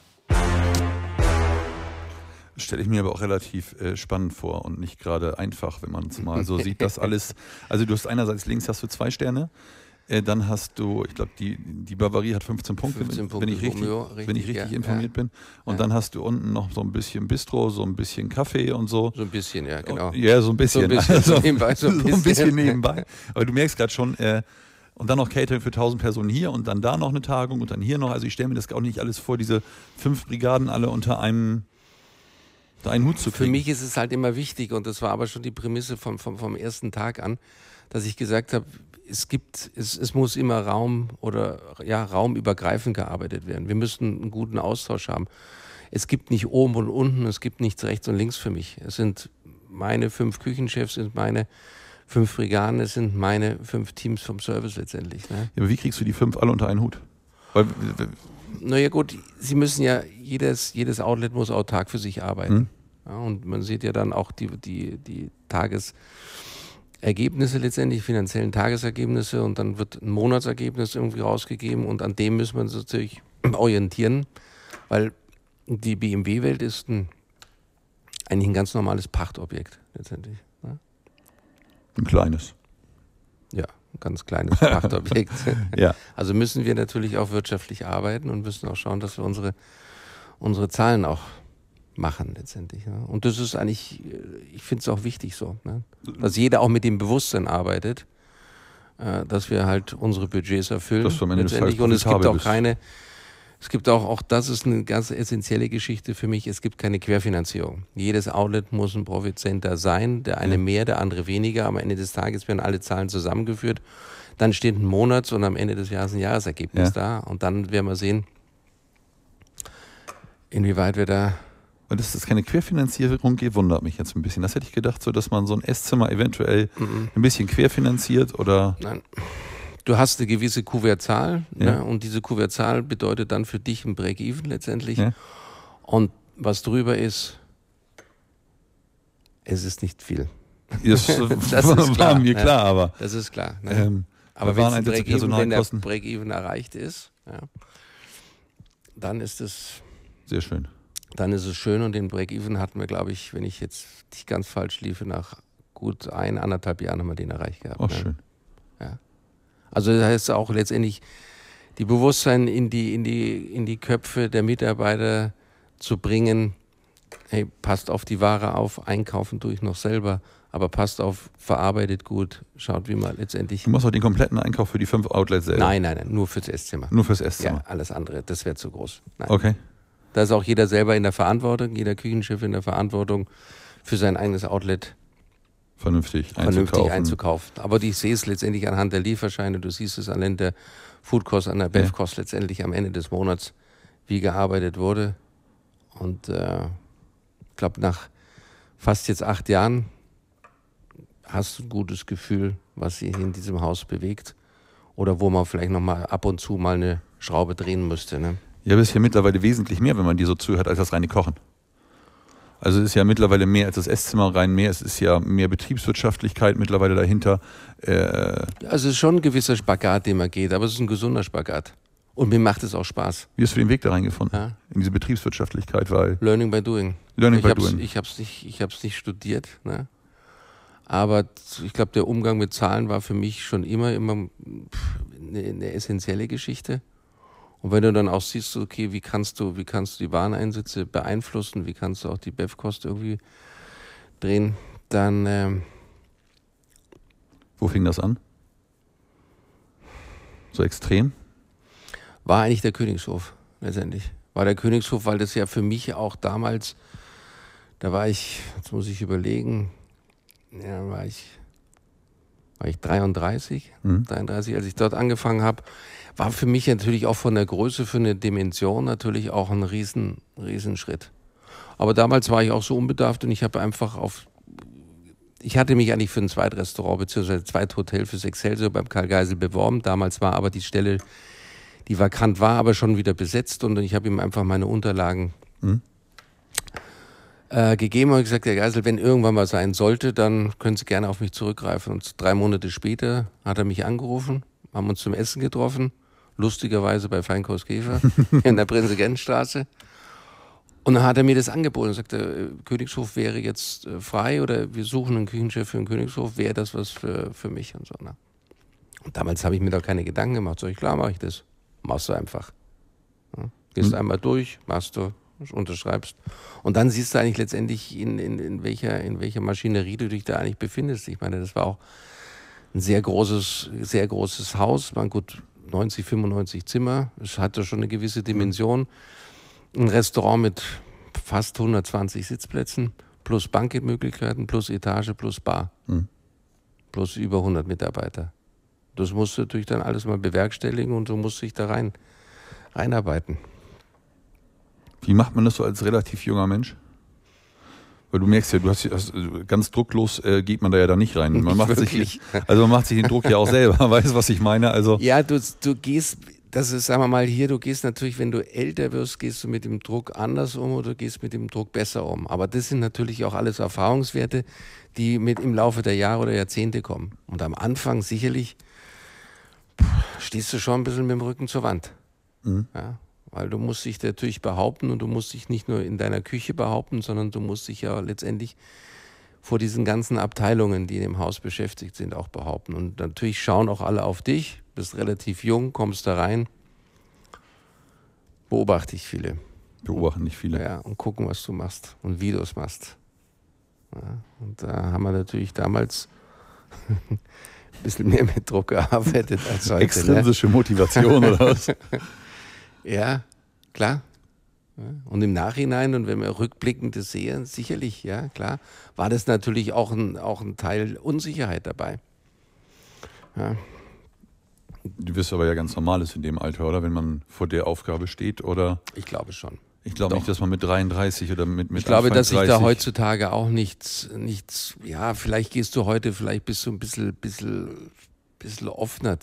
Stelle ich mir aber auch relativ spannend vor und nicht gerade einfach, wenn man es mal so sieht, das alles. Also du hast einerseits links hast du 2 Sterne, dann hast du, ich glaube, die Bavaria hat 15 Punkte, wenn ich richtig informiert bin. Und dann hast du unten noch so ein bisschen Bistro, so ein bisschen Kaffee und so. So ein bisschen, ja, genau. Ja, so ein bisschen. So ein bisschen nebenbei. Aber du merkst gerade schon, und dann noch Catering für 1000 Personen hier und dann da noch eine Tagung und dann hier noch. Also ich stelle mir das auch nicht alles vor, diese 5 Brigaden alle unter einen Hut zu kriegen. Für mich ist es halt immer wichtig, und das war aber schon die Prämisse vom ersten Tag an, dass ich gesagt habe, es muss immer raumübergreifend gearbeitet werden. Wir müssen einen guten Austausch haben. Es gibt nicht oben und unten, es gibt nichts rechts und links für mich. Es sind meine 5 Küchenchefs, sind meine 5 Brigaden, es sind meine 5 Teams vom Service letztendlich. Ne? Ja, aber wie kriegst du die 5 alle unter einen Hut? Naja gut, sie müssen ja, jedes Outlet muss autark für sich arbeiten. Ja, und man sieht ja dann auch die Tagesergebnisse letztendlich, finanziellen Tagesergebnisse, und dann wird ein Monatsergebnis irgendwie rausgegeben und an dem müssen wir uns natürlich orientieren, weil die BMW-Welt ist eigentlich ein ganz normales Pachtobjekt letztendlich. Ne? Ein kleines. Ja, ein ganz kleines Pachtobjekt. Ja. Also müssen wir natürlich auch wirtschaftlich arbeiten und müssen auch schauen, dass wir unsere Zahlen auch machen letztendlich. Ne? Und das ist eigentlich, ich finde es auch wichtig so, ne? Dass jeder auch mit dem Bewusstsein arbeitet, dass wir halt unsere Budgets erfüllen. Dass du am Ende letztendlich. Und es gibt auch das ist eine ganz essentielle Geschichte für mich, es gibt keine Querfinanzierung. Jedes Outlet muss ein Profitcenter sein, der eine mehr, der andere weniger. Am Ende des Tages werden alle Zahlen zusammengeführt. Dann steht ein Monats- und am Ende des Jahres ein Jahresergebnis da. Und dann werden wir sehen, inwieweit wir da... Und dass es keine Querfinanzierung gibt, wundert mich jetzt ein bisschen. Das hätte ich gedacht, so dass man so ein Esszimmer eventuell ein bisschen querfinanziert oder... Nein. Du hast eine gewisse Kuvertzahl, ne? Und diese Kuvertzahl bedeutet dann für dich ein Break-Even letztendlich. Ja. Und was drüber ist, es ist nicht viel. Das ist klar, mir klar, aber... Das ist klar. Ne? Aber wenn der Break-Even erreicht ist, ja, dann ist es... Sehr schön. Dann ist es schön, und den Break-Even hatten wir, glaube ich, wenn ich jetzt nicht ganz falsch liege, nach gut 1,5 Jahren haben wir den erreicht gehabt. Auch schön. Ja. Also das heißt auch letztendlich, die Bewusstsein in die Köpfe der Mitarbeiter zu bringen, hey, passt auf die Ware auf, einkaufen tue ich noch selber, aber passt auf, verarbeitet gut, schaut, wie man letztendlich... Du machst auch den kompletten Einkauf für die 5 Outlets selber? Nein, nur fürs Esszimmer. Nur fürs Esszimmer? Ja, alles andere, das wäre zu groß. Nein. Okay. Da ist auch jeder selber in der Verantwortung, jeder Küchenchef in der Verantwortung für sein eigenes Outlet vernünftig einzukaufen. Aber ich sehe es letztendlich anhand der Lieferscheine, du siehst es anhand der Foodkost, an der Bevkost letztendlich am Ende des Monats, wie gearbeitet wurde. Und ich glaube, nach fast jetzt 8 Jahren hast du ein gutes Gefühl, was sich in diesem Haus bewegt oder wo man vielleicht noch mal ab und zu mal eine Schraube drehen müsste. Ne? Ja, aber es ist ja mittlerweile wesentlich mehr, wenn man dir so zuhört, als das reine Kochen. Also es ist ja mittlerweile mehr als das Esszimmer rein, es ist ja mehr Betriebswirtschaftlichkeit mittlerweile dahinter. Also es ist schon ein gewisser Spagat, den man geht, aber es ist ein gesunder Spagat. Und mir macht es auch Spaß. Wie hast du den Weg da reingefunden? Ja? In diese Betriebswirtschaftlichkeit? Learning by doing. Learning by doing. Ich hab's nicht studiert, ne? Aber ich glaube, der Umgang mit Zahlen war für mich schon immer eine essentielle Geschichte. Und wenn du dann auch siehst, okay, wie kannst du die Wareneinsätze beeinflussen, wie kannst du auch die BEV-Kost irgendwie drehen, dann... Wo fing das an? So extrem? War eigentlich der Königshof letztendlich. War der Königshof, weil das ja für mich auch damals, da war ich, jetzt muss ich überlegen, ja, war ich 33, 33, als ich dort angefangen habe, war für mich natürlich auch von der Größe für eine Dimension natürlich auch ein Riesenschritt. Aber damals war ich auch so unbedarft und ich habe einfach ich hatte mich eigentlich für ein Zweitrestaurant bzw. Zweithotel fürs Excelsior beim Karl Geisel beworben. Damals war aber die Stelle, die vakant war, aber schon wieder besetzt und ich habe ihm einfach meine Unterlagen gegeben und gesagt, Herr Geisel, wenn irgendwann mal sein sollte, dann können Sie gerne auf mich zurückgreifen. Und 3 Monate später hat er mich angerufen, haben uns zum Essen getroffen, lustigerweise bei Feinkost Käfer in der Prinzregentstraße. Und dann hat er mir das angeboten und sagte, Königshof wäre jetzt frei oder wir suchen einen Küchenchef für den Königshof, wäre das was für mich und so. Ne? Und damals habe ich mir da keine Gedanken gemacht. Sag ich, klar mache ich das. Machst du einfach. Ja? Gehst einmal durch, machst du, unterschreibst. Und dann siehst du eigentlich letztendlich, in welcher Maschinerie du dich da eigentlich befindest. Ich meine, das war auch ein sehr großes Haus. Man gut 90, 95 Zimmer. Es hatte schon eine gewisse Dimension. Ein Restaurant mit fast 120 Sitzplätzen, plus Bankettmöglichkeiten, plus Etage, plus Bar, plus über 100 Mitarbeiter. Das musst du natürlich dann alles mal bewerkstelligen und du musst dich da reinarbeiten. Wie macht man das so als relativ junger Mensch? Weil du merkst ja, ganz drucklos geht man da ja da nicht rein. Man macht sich den Druck ja auch selber, weißt du, was ich meine? Also ja, du gehst... Das ist, sagen wir mal, du gehst natürlich, wenn du älter wirst, gehst du mit dem Druck anders um oder gehst mit dem Druck besser um. Aber das sind natürlich auch alles Erfahrungswerte, die im Laufe der Jahre oder Jahrzehnte kommen. Und am Anfang sicherlich stehst du schon ein bisschen mit dem Rücken zur Wand. Ja, weil du musst dich natürlich behaupten und du musst dich nicht nur in deiner Küche behaupten, sondern du musst dich ja letztendlich vor diesen ganzen Abteilungen, die in dem Haus beschäftigt sind, auch behaupten. Und natürlich schauen auch alle auf dich. Bist relativ jung, kommst da rein, beobachten dich viele. Ja, und gucken, was du machst und wie du es machst. Ja, und da haben wir natürlich damals ein bisschen mehr mit Druck gearbeitet als heute. Extrinsische Motivation oder was? Ja, klar. Ja, und im Nachhinein, und wenn wir rückblickend das sehen, sicherlich, ja, klar, war das natürlich auch ein Teil Unsicherheit dabei. Ja. Du wirst aber ja ganz normal ist in dem Alter, oder? Wenn man vor der Aufgabe steht, oder? Ich glaube schon. Ich glaube nicht, dass man mit 33 oder mit Ich glaube, Anfang dass 30 ich da heutzutage auch nichts, ja, vielleicht bist du ein bisschen offener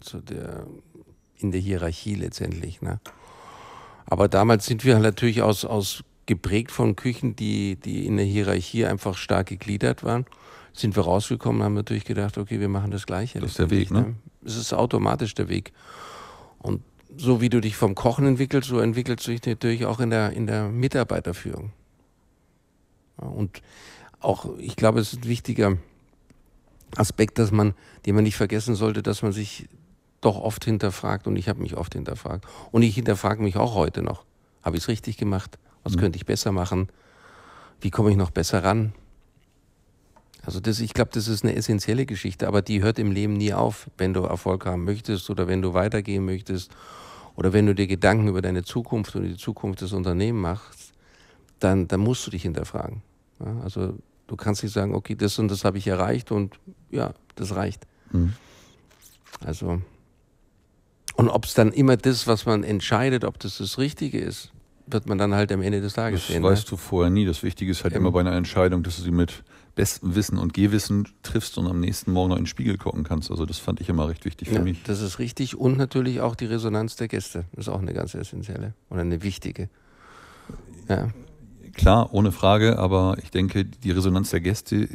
in der Hierarchie letztendlich, ne? Aber damals sind wir natürlich aus geprägt von Küchen, die in der Hierarchie einfach stark gegliedert waren. Sind wir rausgekommen, haben natürlich gedacht, okay, wir machen das Gleiche. Das ist der Weg, ne? Es ist automatisch der Weg. Und so wie du dich vom Kochen entwickelst, so entwickelst du dich natürlich auch in der Mitarbeiterführung. Ja, und auch, ich glaube, es ist ein wichtiger Aspekt, den man nicht vergessen sollte, dass man sich doch oft hinterfragt. Und ich habe mich oft hinterfragt. Und ich hinterfrage mich auch heute noch. Habe ich es richtig gemacht? Was könnte ich besser machen? Wie komme ich noch besser ran? Also ich glaube, das ist eine essentielle Geschichte, aber die hört im Leben nie auf, wenn du Erfolg haben möchtest oder wenn du weitergehen möchtest oder wenn du dir Gedanken über deine Zukunft und die Zukunft des Unternehmens machst, dann musst du dich hinterfragen. Ja, also du kannst nicht sagen, okay, das und das habe ich erreicht und ja, das reicht. Also, und ob es dann immer das, was man entscheidet, ob das Richtige ist, wird man dann halt am Ende des Tages sehen. Das weißt du vorher nie. Das Wichtige ist halt immer bei einer Entscheidung, dass du sie mit bestem Wissen und Gehwissen triffst und am nächsten Morgen noch in den Spiegel gucken kannst. Also das fand ich immer recht wichtig für mich. Das ist richtig und natürlich auch die Resonanz der Gäste. Das ist auch eine ganz essentielle oder eine wichtige. Ja. Klar, ohne Frage, aber ich denke, die Resonanz der Gäste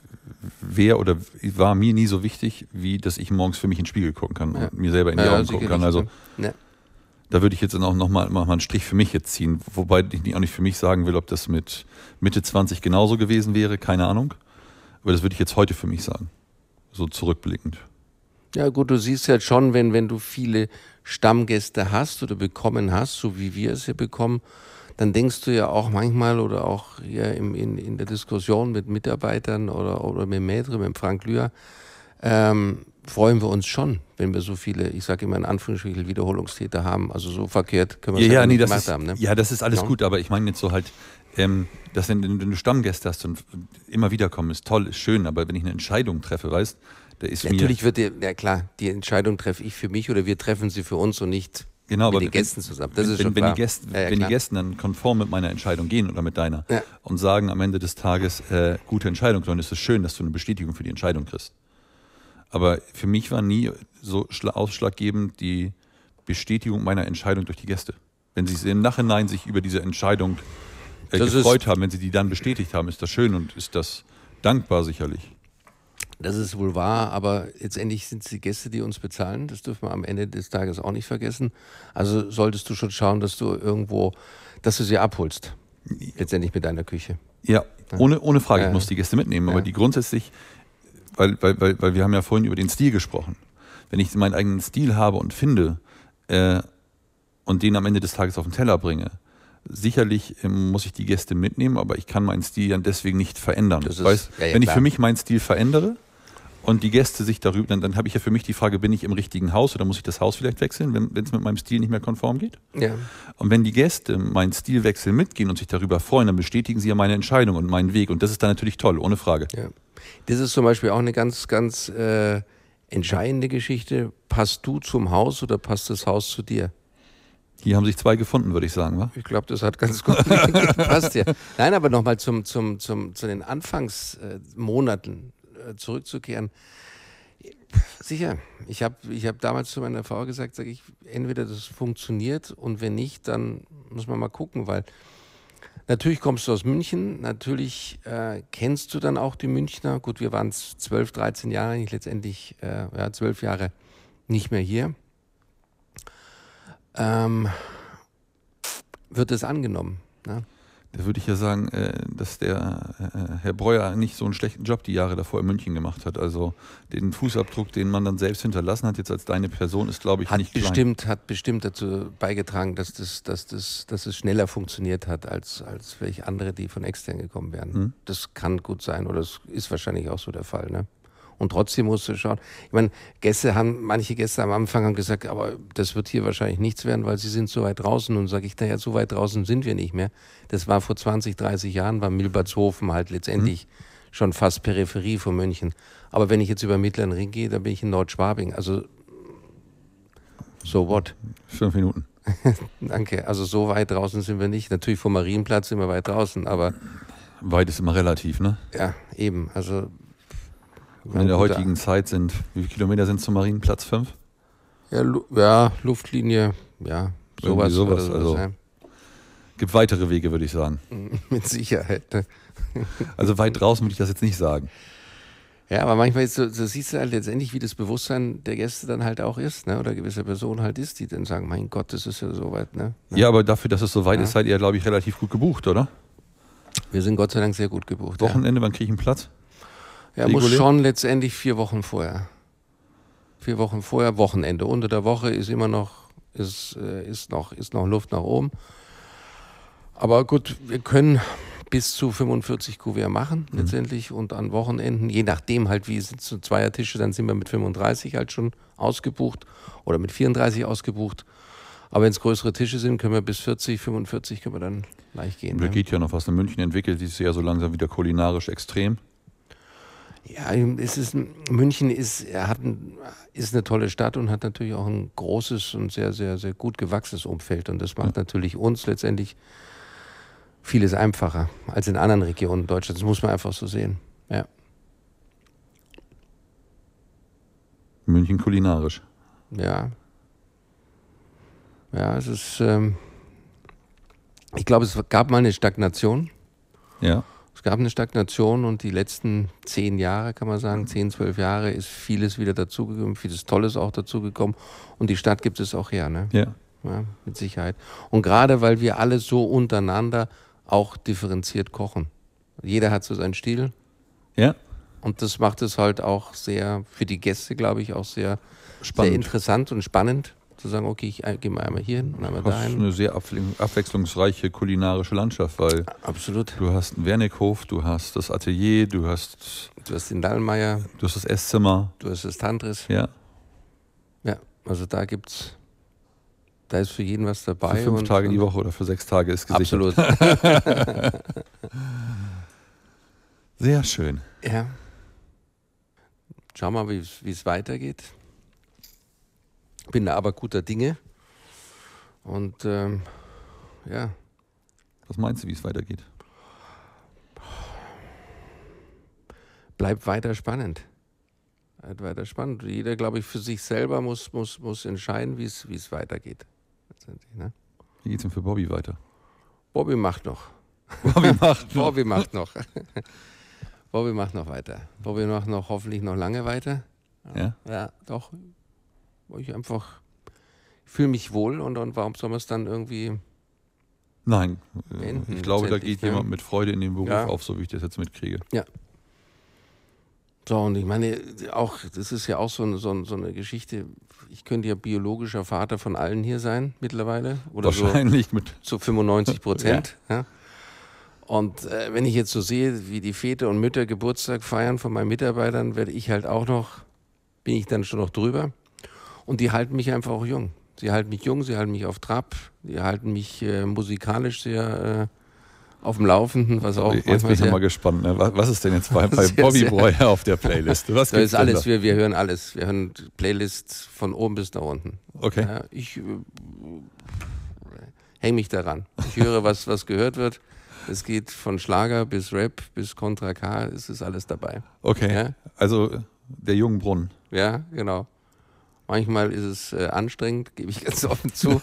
war mir nie so wichtig, wie dass ich morgens für mich in den Spiegel gucken kann und mir selber in die Augen gucken kann. Also da würde ich jetzt auch noch mal einen Strich für mich jetzt ziehen, wobei ich auch nicht für mich sagen will, ob das mit Mitte 20 genauso gewesen wäre, keine Ahnung. Aber das würde ich jetzt heute für mich sagen, so zurückblickend. Ja gut, du siehst ja schon, wenn du viele Stammgäste hast oder bekommen hast, so wie wir es hier bekommen, dann denkst du ja auch manchmal oder auch hier in der Diskussion mit Mitarbeitern oder mit Maître, mit Frank Lühr, freuen wir uns schon, wenn wir so viele, ich sage immer in Anführungsstrichen, Wiederholungstäter haben. Also so verkehrt können wir es ja, nicht gemacht haben. Ne? Ja, das ist alles gut, aber ich meine jetzt so halt, dass wenn du Stammgäste hast und immer wiederkommen, ist toll, ist schön, aber wenn ich eine Entscheidung treffe, weißt, da ist natürlich wird ja klar, die Entscheidung treffe ich für mich oder wir treffen sie für uns und nicht mit den Gästen zusammen. Das ist schon klar. Wenn die Gäste dann konform mit meiner Entscheidung gehen oder mit deiner und sagen am Ende des Tages, gute Entscheidung, dann ist es schön, dass du eine Bestätigung für die Entscheidung kriegst. Aber für mich war nie so ausschlaggebend die Bestätigung meiner Entscheidung durch die Gäste. Wenn sie im Nachhinein sich über diese Entscheidung gefreut haben, wenn sie die dann bestätigt haben, ist das schön und ist das dankbar sicherlich. Das ist wohl wahr, aber letztendlich sind es die Gäste, die uns bezahlen. Das dürfen wir am Ende des Tages auch nicht vergessen. Also solltest du schon schauen, dass du sie abholst. Letztendlich mit deiner Küche. Ja, ohne Frage. Ich muss die Gäste mitnehmen, aber die grundsätzlich, weil wir haben ja vorhin über den Stil gesprochen. Wenn ich meinen eigenen Stil habe und finde und den am Ende des Tages auf den Teller bringe, sicherlich muss ich die Gäste mitnehmen, aber ich kann meinen Stil dann deswegen nicht verändern. Wenn ich für mich meinen Stil verändere und die Gäste sich darüber, dann habe ich ja für mich die Frage, bin ich im richtigen Haus oder muss ich das Haus vielleicht wechseln, wenn es mit meinem Stil nicht mehr konform geht? Ja. Und wenn die Gäste meinen Stilwechsel mitgehen und sich darüber freuen, dann bestätigen sie ja meine Entscheidung und meinen Weg und das ist dann natürlich toll, ohne Frage. Ja. Das ist zum Beispiel auch eine ganz, ganz entscheidende Geschichte. Passt du zum Haus oder passt das Haus zu dir? Hier haben sich zwei gefunden, würde ich sagen, wa? Ich glaube, das hat ganz gut gepasst, ja. Nein, aber nochmal zu den Anfangsmonaten zurückzukehren. Sicher, ich hab damals zu meiner Frau gesagt, sage ich, entweder das funktioniert und wenn nicht, dann muss man mal gucken, weil natürlich kommst du aus München, natürlich kennst du dann auch die Münchner. Gut, wir waren 12, 13 Jahre, letztendlich 12 Jahre nicht mehr hier. Wird es angenommen. Ne? Da würde ich ja sagen, dass der Herr Breuer nicht so einen schlechten Job die Jahre davor in München gemacht hat. Also den Fußabdruck, den man dann selbst hinterlassen hat, jetzt als deine Person, ist, glaube ich, nicht klein. Hat bestimmt dazu beigetragen, dass es schneller funktioniert hat, als welche andere, die von extern gekommen wären. Das kann gut sein oder es ist wahrscheinlich auch so der Fall. Ne? Und trotzdem musst du schauen. Ich meine, manche Gäste am Anfang haben gesagt, aber das wird hier wahrscheinlich nichts werden, weil sie sind so weit draußen. Und sage ich, naja, so weit draußen sind wir nicht mehr. Das war vor 20, 30 Jahren, war Milbertshofen halt letztendlich schon fast Peripherie von München. Aber wenn ich jetzt über Mittleren Ring gehe, dann bin ich in Nordschwabing. Also, so what? 5 Minuten. Danke. Also so weit draußen sind wir nicht. Natürlich vom Marienplatz sind wir weit draußen, aber... Weit ist immer relativ, ne? Ja, eben. Also... In der heutigen Zeit wie viele Kilometer sind zum Marienplatz? 5? Ja, Luftlinie, ja, sowas. Also, gibt weitere Wege, würde ich sagen. Mit Sicherheit. Ne? Also weit draußen würde ich das jetzt nicht sagen. Ja, aber manchmal ist so siehst du halt letztendlich, wie das Bewusstsein der Gäste dann halt auch ist, ne? Oder gewisse Personen halt ist, die dann sagen, mein Gott, das ist ja so weit. Ne? Ja, aber dafür, dass es so weit ist, seid ihr, glaube ich, relativ gut gebucht, oder? Wir sind Gott sei Dank sehr gut gebucht. Wochenende, wann kriege ich einen Platz? Ja, muss schon letztendlich 4 Wochen vorher. 4 Wochen vorher, Wochenende. Unter der Woche ist immer noch, ist noch Luft nach oben. Aber gut, wir können bis zu 45 Kuvert machen, letztendlich. Und an Wochenenden, je nachdem halt, wie es sind, so Zweiertische, dann sind wir mit 35 halt schon ausgebucht oder mit 34 ausgebucht. Aber wenn es größere Tische sind, können wir bis 40, 45 können wir dann leicht gehen. Da geht ja noch was in München entwickelt, die ist ja so langsam wieder kulinarisch extrem. Ja, München ist eine tolle Stadt und hat natürlich auch ein großes und sehr, sehr, sehr gut gewachsenes Umfeld. Und das macht natürlich uns letztendlich vieles einfacher als in anderen Regionen Deutschlands. Das muss man einfach so sehen. Ja. München kulinarisch. Ja. Ja, es ist, ich glaube, es gab mal eine Stagnation. Ja. Es gab eine Stagnation und die letzten 10 Jahre, kann man sagen, 10, 12 Jahre ist vieles wieder dazugekommen, vieles Tolles auch dazugekommen und die Stadt gibt es auch her, ne? Ja. Ja, mit Sicherheit. Und gerade, weil wir alle so untereinander auch differenziert kochen. Jeder hat so seinen Stil. Ja. Und das macht es halt auch sehr, für die Gäste, glaube ich, auch sehr interessant und spannend, zu sagen, okay, ich gehe mal einmal hier hin und einmal Das ist dahin. eine sehr abwechslungsreiche kulinarische Landschaft, weil Absolut. du hast einen Wernighof, du hast das Atelier, du hast den Dallmayr, das Esszimmer. du hast das Tantris. Ja, Ja, also da ist für jeden was dabei. für 5 Tage die Woche oder für 6 Tage ist gesichert. Absolut. Sehr schön. Ja. Schauen wir mal, wie es weitergeht. Bin da aber guter Dinge. Und ja. Was meinst du, wie es weitergeht? Bleibt weiter spannend. Bleibt weiter spannend. Jeder, glaube ich, für sich selber muss entscheiden, wie es weitergeht. Ne? Wie geht es denn für Bobby weiter? Bobby macht noch. Bobby macht noch. Bobby macht noch. Bobby macht noch weiter. Bobby macht noch hoffentlich noch lange weiter. Ja? Ja, doch. Ich fühle mich wohl und warum soll man es dann irgendwie Nein, beenden, ich glaube, da letztendlich, geht jemand mit Freude in den Beruf auf, so wie ich das jetzt mitkriege. Ja. So, und ich meine, auch, das ist ja auch so eine Geschichte. Ich könnte ja biologischer Vater von allen hier sein mittlerweile. Oder Wahrscheinlich so, mit zu 95%. Ja. Und wenn ich jetzt so sehe, wie die Väter und Mütter Geburtstag feiern von meinen Mitarbeitern, bin ich dann schon noch drüber. Und die halten mich einfach auch jung. Sie halten mich jung, sie halten mich auf Trab, sie halten mich musikalisch sehr auf dem Laufenden, was auch. Jetzt bin ich nochmal gespannt. Ne? Was ist denn jetzt bei Bobby Breuer auf der Playlist? Was da ist alles, wir hören alles. Wir hören Playlists von oben bis nach unten. Okay. Ja, ich hänge mich daran. Ich höre, was gehört wird. Es geht von Schlager bis Rap bis Contra K, es ist alles dabei. Okay, ja? Also der Jungbrunnen. Ja, genau. Manchmal ist es anstrengend, gebe ich ganz offen zu.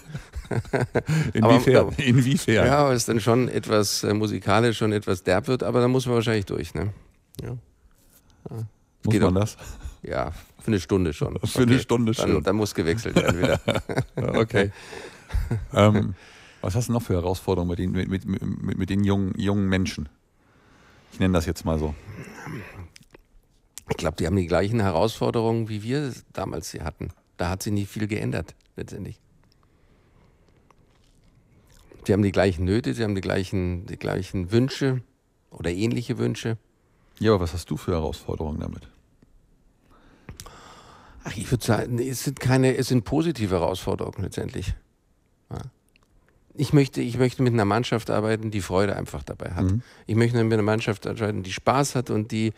Inwiefern? Ja, weil es dann schon etwas musikalisch schon etwas derb wird, aber da muss man wahrscheinlich durch. Ne? Ja. Muss man das? Ja, für eine Stunde schon. Für eine Stunde schon. Dann muss gewechselt werden wieder. Okay. Was hast du noch für Herausforderungen mit den jungen Menschen? Ich nenne das jetzt mal so. Ich glaube, die haben die gleichen Herausforderungen, wie wir damals sie hatten. Da hat sich nicht viel geändert, letztendlich. Sie haben die gleichen Nöte, sie haben die gleichen Wünsche oder ähnliche Wünsche. Ja, aber was hast du für Herausforderungen damit? Ach, ich würde sagen, es sind positive Herausforderungen letztendlich. Ja. Ich möchte mit einer Mannschaft arbeiten, die Freude einfach dabei hat. Mhm. Ich möchte mit einer Mannschaft arbeiten, die Spaß hat und die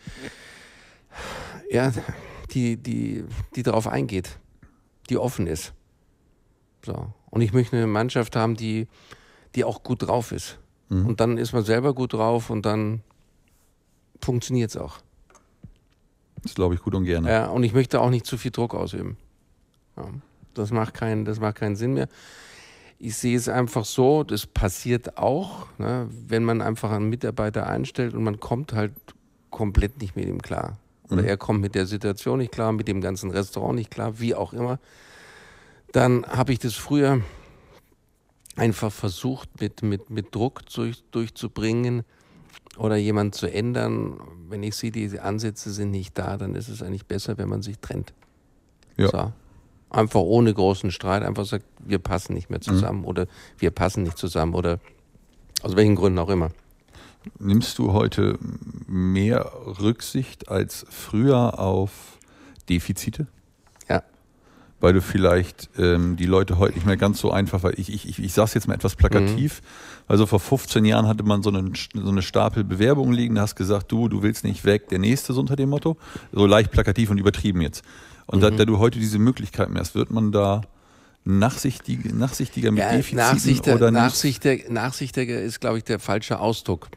darauf eingeht, die offen ist. So. Und ich möchte eine Mannschaft haben, die auch gut drauf ist. Mhm. Und dann ist man selber gut drauf und dann funktioniert es auch. Das glaube ich gut und gerne. Ja, und ich möchte auch nicht zu viel Druck ausüben. Ja, das macht keinen Sinn mehr. Ich sehe es einfach so, das passiert auch, ne, wenn man einfach einen Mitarbeiter einstellt und man kommt halt komplett nicht mit ihm klar. Oder er kommt mit der Situation nicht klar, mit dem ganzen Restaurant nicht klar, wie auch immer. Dann habe ich das früher einfach versucht, mit Druck durchzubringen oder jemanden zu ändern. Wenn ich sehe, diese Ansätze sind nicht da, dann ist es eigentlich besser, wenn man sich trennt. Ja. So. Einfach ohne großen Streit, einfach sagt, wir passen nicht mehr zusammen oder wir passen nicht zusammen oder aus welchen Gründen auch immer. Nimmst du heute mehr Rücksicht als früher auf Defizite? Ja. Weil du vielleicht die Leute heute nicht mehr ganz so einfach, weil ich sage es jetzt mal etwas plakativ, also vor 15 Jahren hatte man so eine Stapel Bewerbungen liegen, da hast gesagt, du willst nicht weg, der Nächste, so unter dem Motto, so leicht plakativ und übertrieben jetzt. Und da du heute diese Möglichkeiten hast, wird man da nachsichtiger mit Defiziten oder nicht? Nachsichtiger ist, glaube ich, der falsche Ausdruck.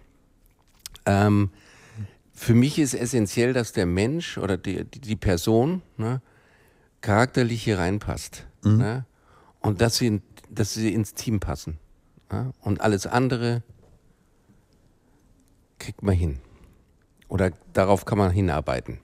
Für mich ist essentiell, dass der Mensch oder die Person, ne, charakterlich hier reinpasst. Ne, und dass sie ins Team passen. Ne, und alles andere kriegt man hin. Oder darauf kann man hinarbeiten.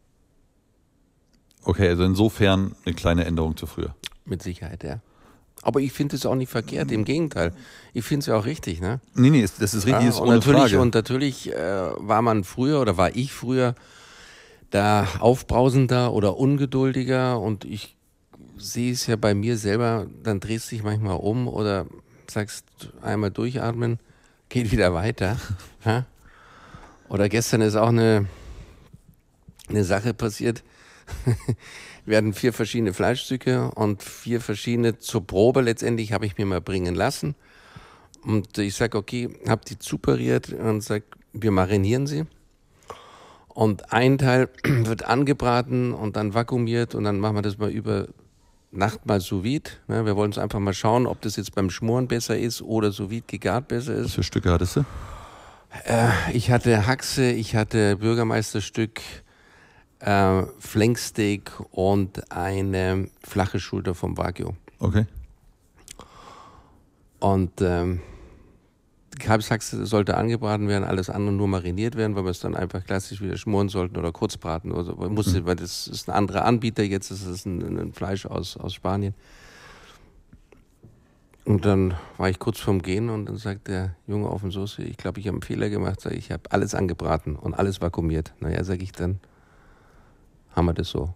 Okay, also insofern eine kleine Änderung zu früher. Mit Sicherheit, ja. Aber ich finde es auch nicht verkehrt, im Gegenteil. Ich finde es ja auch richtig, ne? Nee, das ist richtig, ist ohne Frage. Und natürlich war ich früher da aufbrausender oder ungeduldiger und ich sehe es ja bei mir selber, dann drehst du dich manchmal um oder sagst einmal durchatmen, geht wieder weiter. Oder gestern ist auch eine Sache passiert. Wir hatten 4 verschiedene Fleischstücke und 4 verschiedene zur Probe letztendlich habe ich mir mal bringen lassen. Und ich sage, okay, habe die zupariert und sage, wir marinieren sie. Und ein Teil wird angebraten und dann vakuumiert und dann machen wir das mal über Nacht mal sous vide. Wir wollen es einfach mal schauen, ob das jetzt beim Schmoren besser ist oder sous vide gegart besser ist. Was für Stücke hattest du? Ich hatte Haxe, ich hatte Bürgermeisterstück, Flanksteak und eine flache Schulter vom Wagyu. Okay. Und die Kalbshaxe sollte angebraten werden, alles andere nur mariniert werden, weil wir es dann einfach klassisch wieder schmoren sollten oder kurz braten. Oder so. Weil das ist ein anderer Anbieter, jetzt ist es ein Fleisch aus Spanien. Und dann war ich kurz vorm Gehen und dann sagt der Junge auf dem Soße, ich glaube, ich habe einen Fehler gemacht, sag ich habe alles angebraten und alles vakuumiert. Naja, sage ich dann, haben wir das so.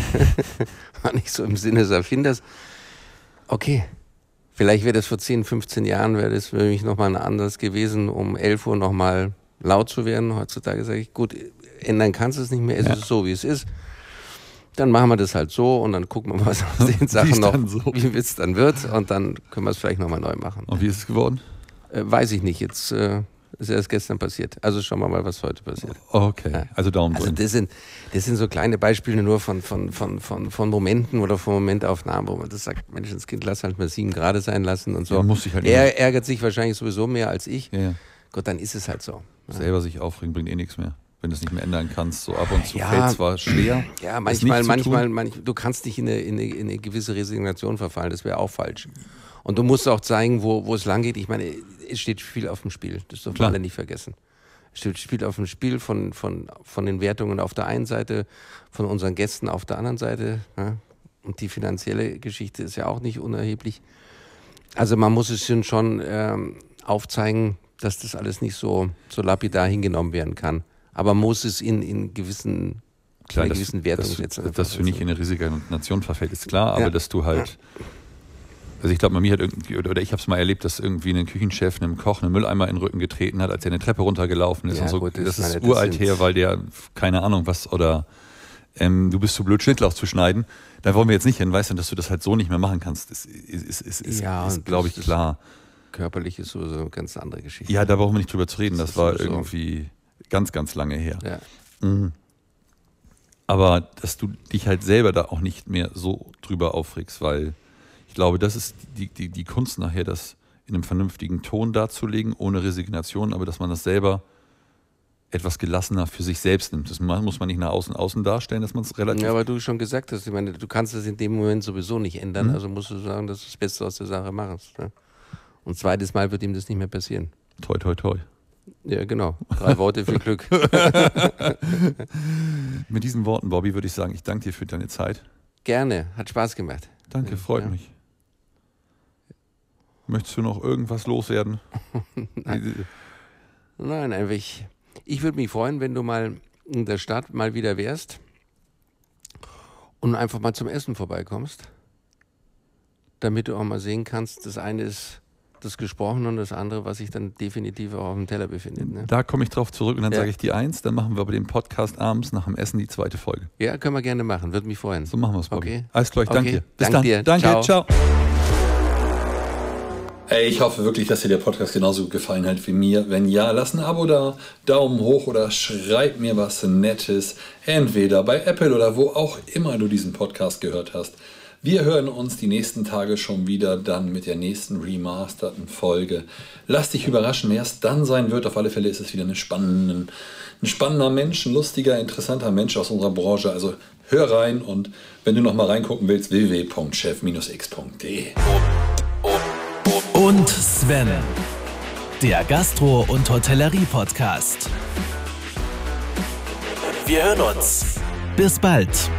War nicht so im Sinne, sag ich das. Okay, vielleicht wäre das vor 10, 15 Jahren, wäre das für mich nochmal anders gewesen, um 11 Uhr nochmal laut zu werden. Heutzutage sage ich, gut, ändern kannst du es nicht mehr, es ist so, wie es ist. Dann machen wir das halt so und dann gucken wir mal, was aus den Sachen noch, wie es dann wird und dann können wir es vielleicht nochmal neu machen. Und wie ist es geworden? Weiß ich nicht, jetzt ist erst gestern passiert. Also schauen wir mal, was heute passiert. Okay, ja. Also Daumen drücken. Also das sind so kleine Beispiele nur von Momenten oder von Momentaufnahmen, wo man das sagt, Mensch, das Kind lass halt mal 7 Grad sein lassen und so. Ja, muss ich halt er ärgert sich wahrscheinlich sowieso mehr als ich. Ja. Gott, dann ist es halt so. Ja. Selber sich aufregen bringt eh nichts mehr. Wenn du es nicht mehr ändern kannst, so ab und zu fällt zwar schwer. Ja, manchmal, du kannst nicht in eine gewisse Resignation verfallen, das wäre auch falsch. Und du musst auch zeigen, wo es lang geht. Ich meine, es steht viel auf dem Spiel, das dürfen wir alle nicht vergessen. Es steht viel auf dem Spiel von den Wertungen auf der einen Seite, von unseren Gästen auf der anderen Seite. Ja? Und die finanzielle Geschichte ist ja auch nicht unerheblich. Also man muss es schon aufzeigen, dass das alles nicht so lapidar hingenommen werden kann. Aber man muss es in gewissen Wertungen setzen. Dass du nicht in eine Resignation verfällt, ist klar, aber dass du halt, also ich glaube, bei mir hat irgendwie, oder ich habe es mal erlebt, dass irgendwie ein Küchenchef einem Koch einen Mülleimer in den Rücken getreten hat, als er eine Treppe runtergelaufen ist. Ja, und so. Gut, das ist uralt her, weil der, keine Ahnung was, oder du bist zu blöd, Schnittlauch zu schneiden. Da wollen wir jetzt nicht hin, weißt du, dass du das halt so nicht mehr machen kannst. Das ist glaube ich, klar. Körperlich ist sowieso eine ganz andere Geschichte. Ja, da brauchen wir nicht drüber zu reden. Das war irgendwie ganz, ganz lange her. Ja. Mhm. Aber dass du dich halt selber da auch nicht mehr so drüber aufregst, weil ich glaube, das ist die Kunst nachher, das in einem vernünftigen Ton darzulegen, ohne Resignation, aber dass man das selber etwas gelassener für sich selbst nimmt. Das muss man nicht nach außen darstellen, dass man es relativ... Ja, aber du schon gesagt hast, ich meine, du kannst es in dem Moment sowieso nicht ändern, also musst du sagen, dass du das Beste aus der Sache machst. Ne? Und zweites Mal wird ihm das nicht mehr passieren. Toi, toi, toi. Ja, genau. 3 Worte für Glück. Mit diesen Worten, Bobby, würde ich sagen, ich danke dir für deine Zeit. Gerne, hat Spaß gemacht. Danke, freut mich. Möchtest du noch irgendwas loswerden? Nein, einfach. Ich würde mich freuen, wenn du mal in der Stadt mal wieder wärst und einfach mal zum Essen vorbeikommst, damit du auch mal sehen kannst, das eine ist das Gesprochene und das andere, was sich dann definitiv auch auf dem Teller befindet. Ne? Da komme ich drauf zurück und dann sage ich die 1, dann machen wir aber den Podcast abends nach dem Essen die 2. Folge. Ja, können wir gerne machen, würde mich freuen. So machen wir es, Bobby. Okay. Alles klar, ich danke dir. Bis dann. Dir. Danke, ciao. Ey, ich hoffe wirklich, dass dir der Podcast genauso gut gefallen hat wie mir. Wenn ja, lass ein Abo da, Daumen hoch oder schreib mir was Nettes. Entweder bei Apple oder wo auch immer du diesen Podcast gehört hast. Wir hören uns die nächsten Tage schon wieder dann mit der nächsten remasterten Folge. Lass dich überraschen, wer es dann sein wird. Auf alle Fälle ist es wieder ein spannender Mensch, ein lustiger, interessanter Mensch aus unserer Branche. Also hör rein und wenn du noch mal reingucken willst, www.chef-x.de. Und Sven, der Gastro- und Hotellerie-Podcast. Wir hören uns. Bis bald.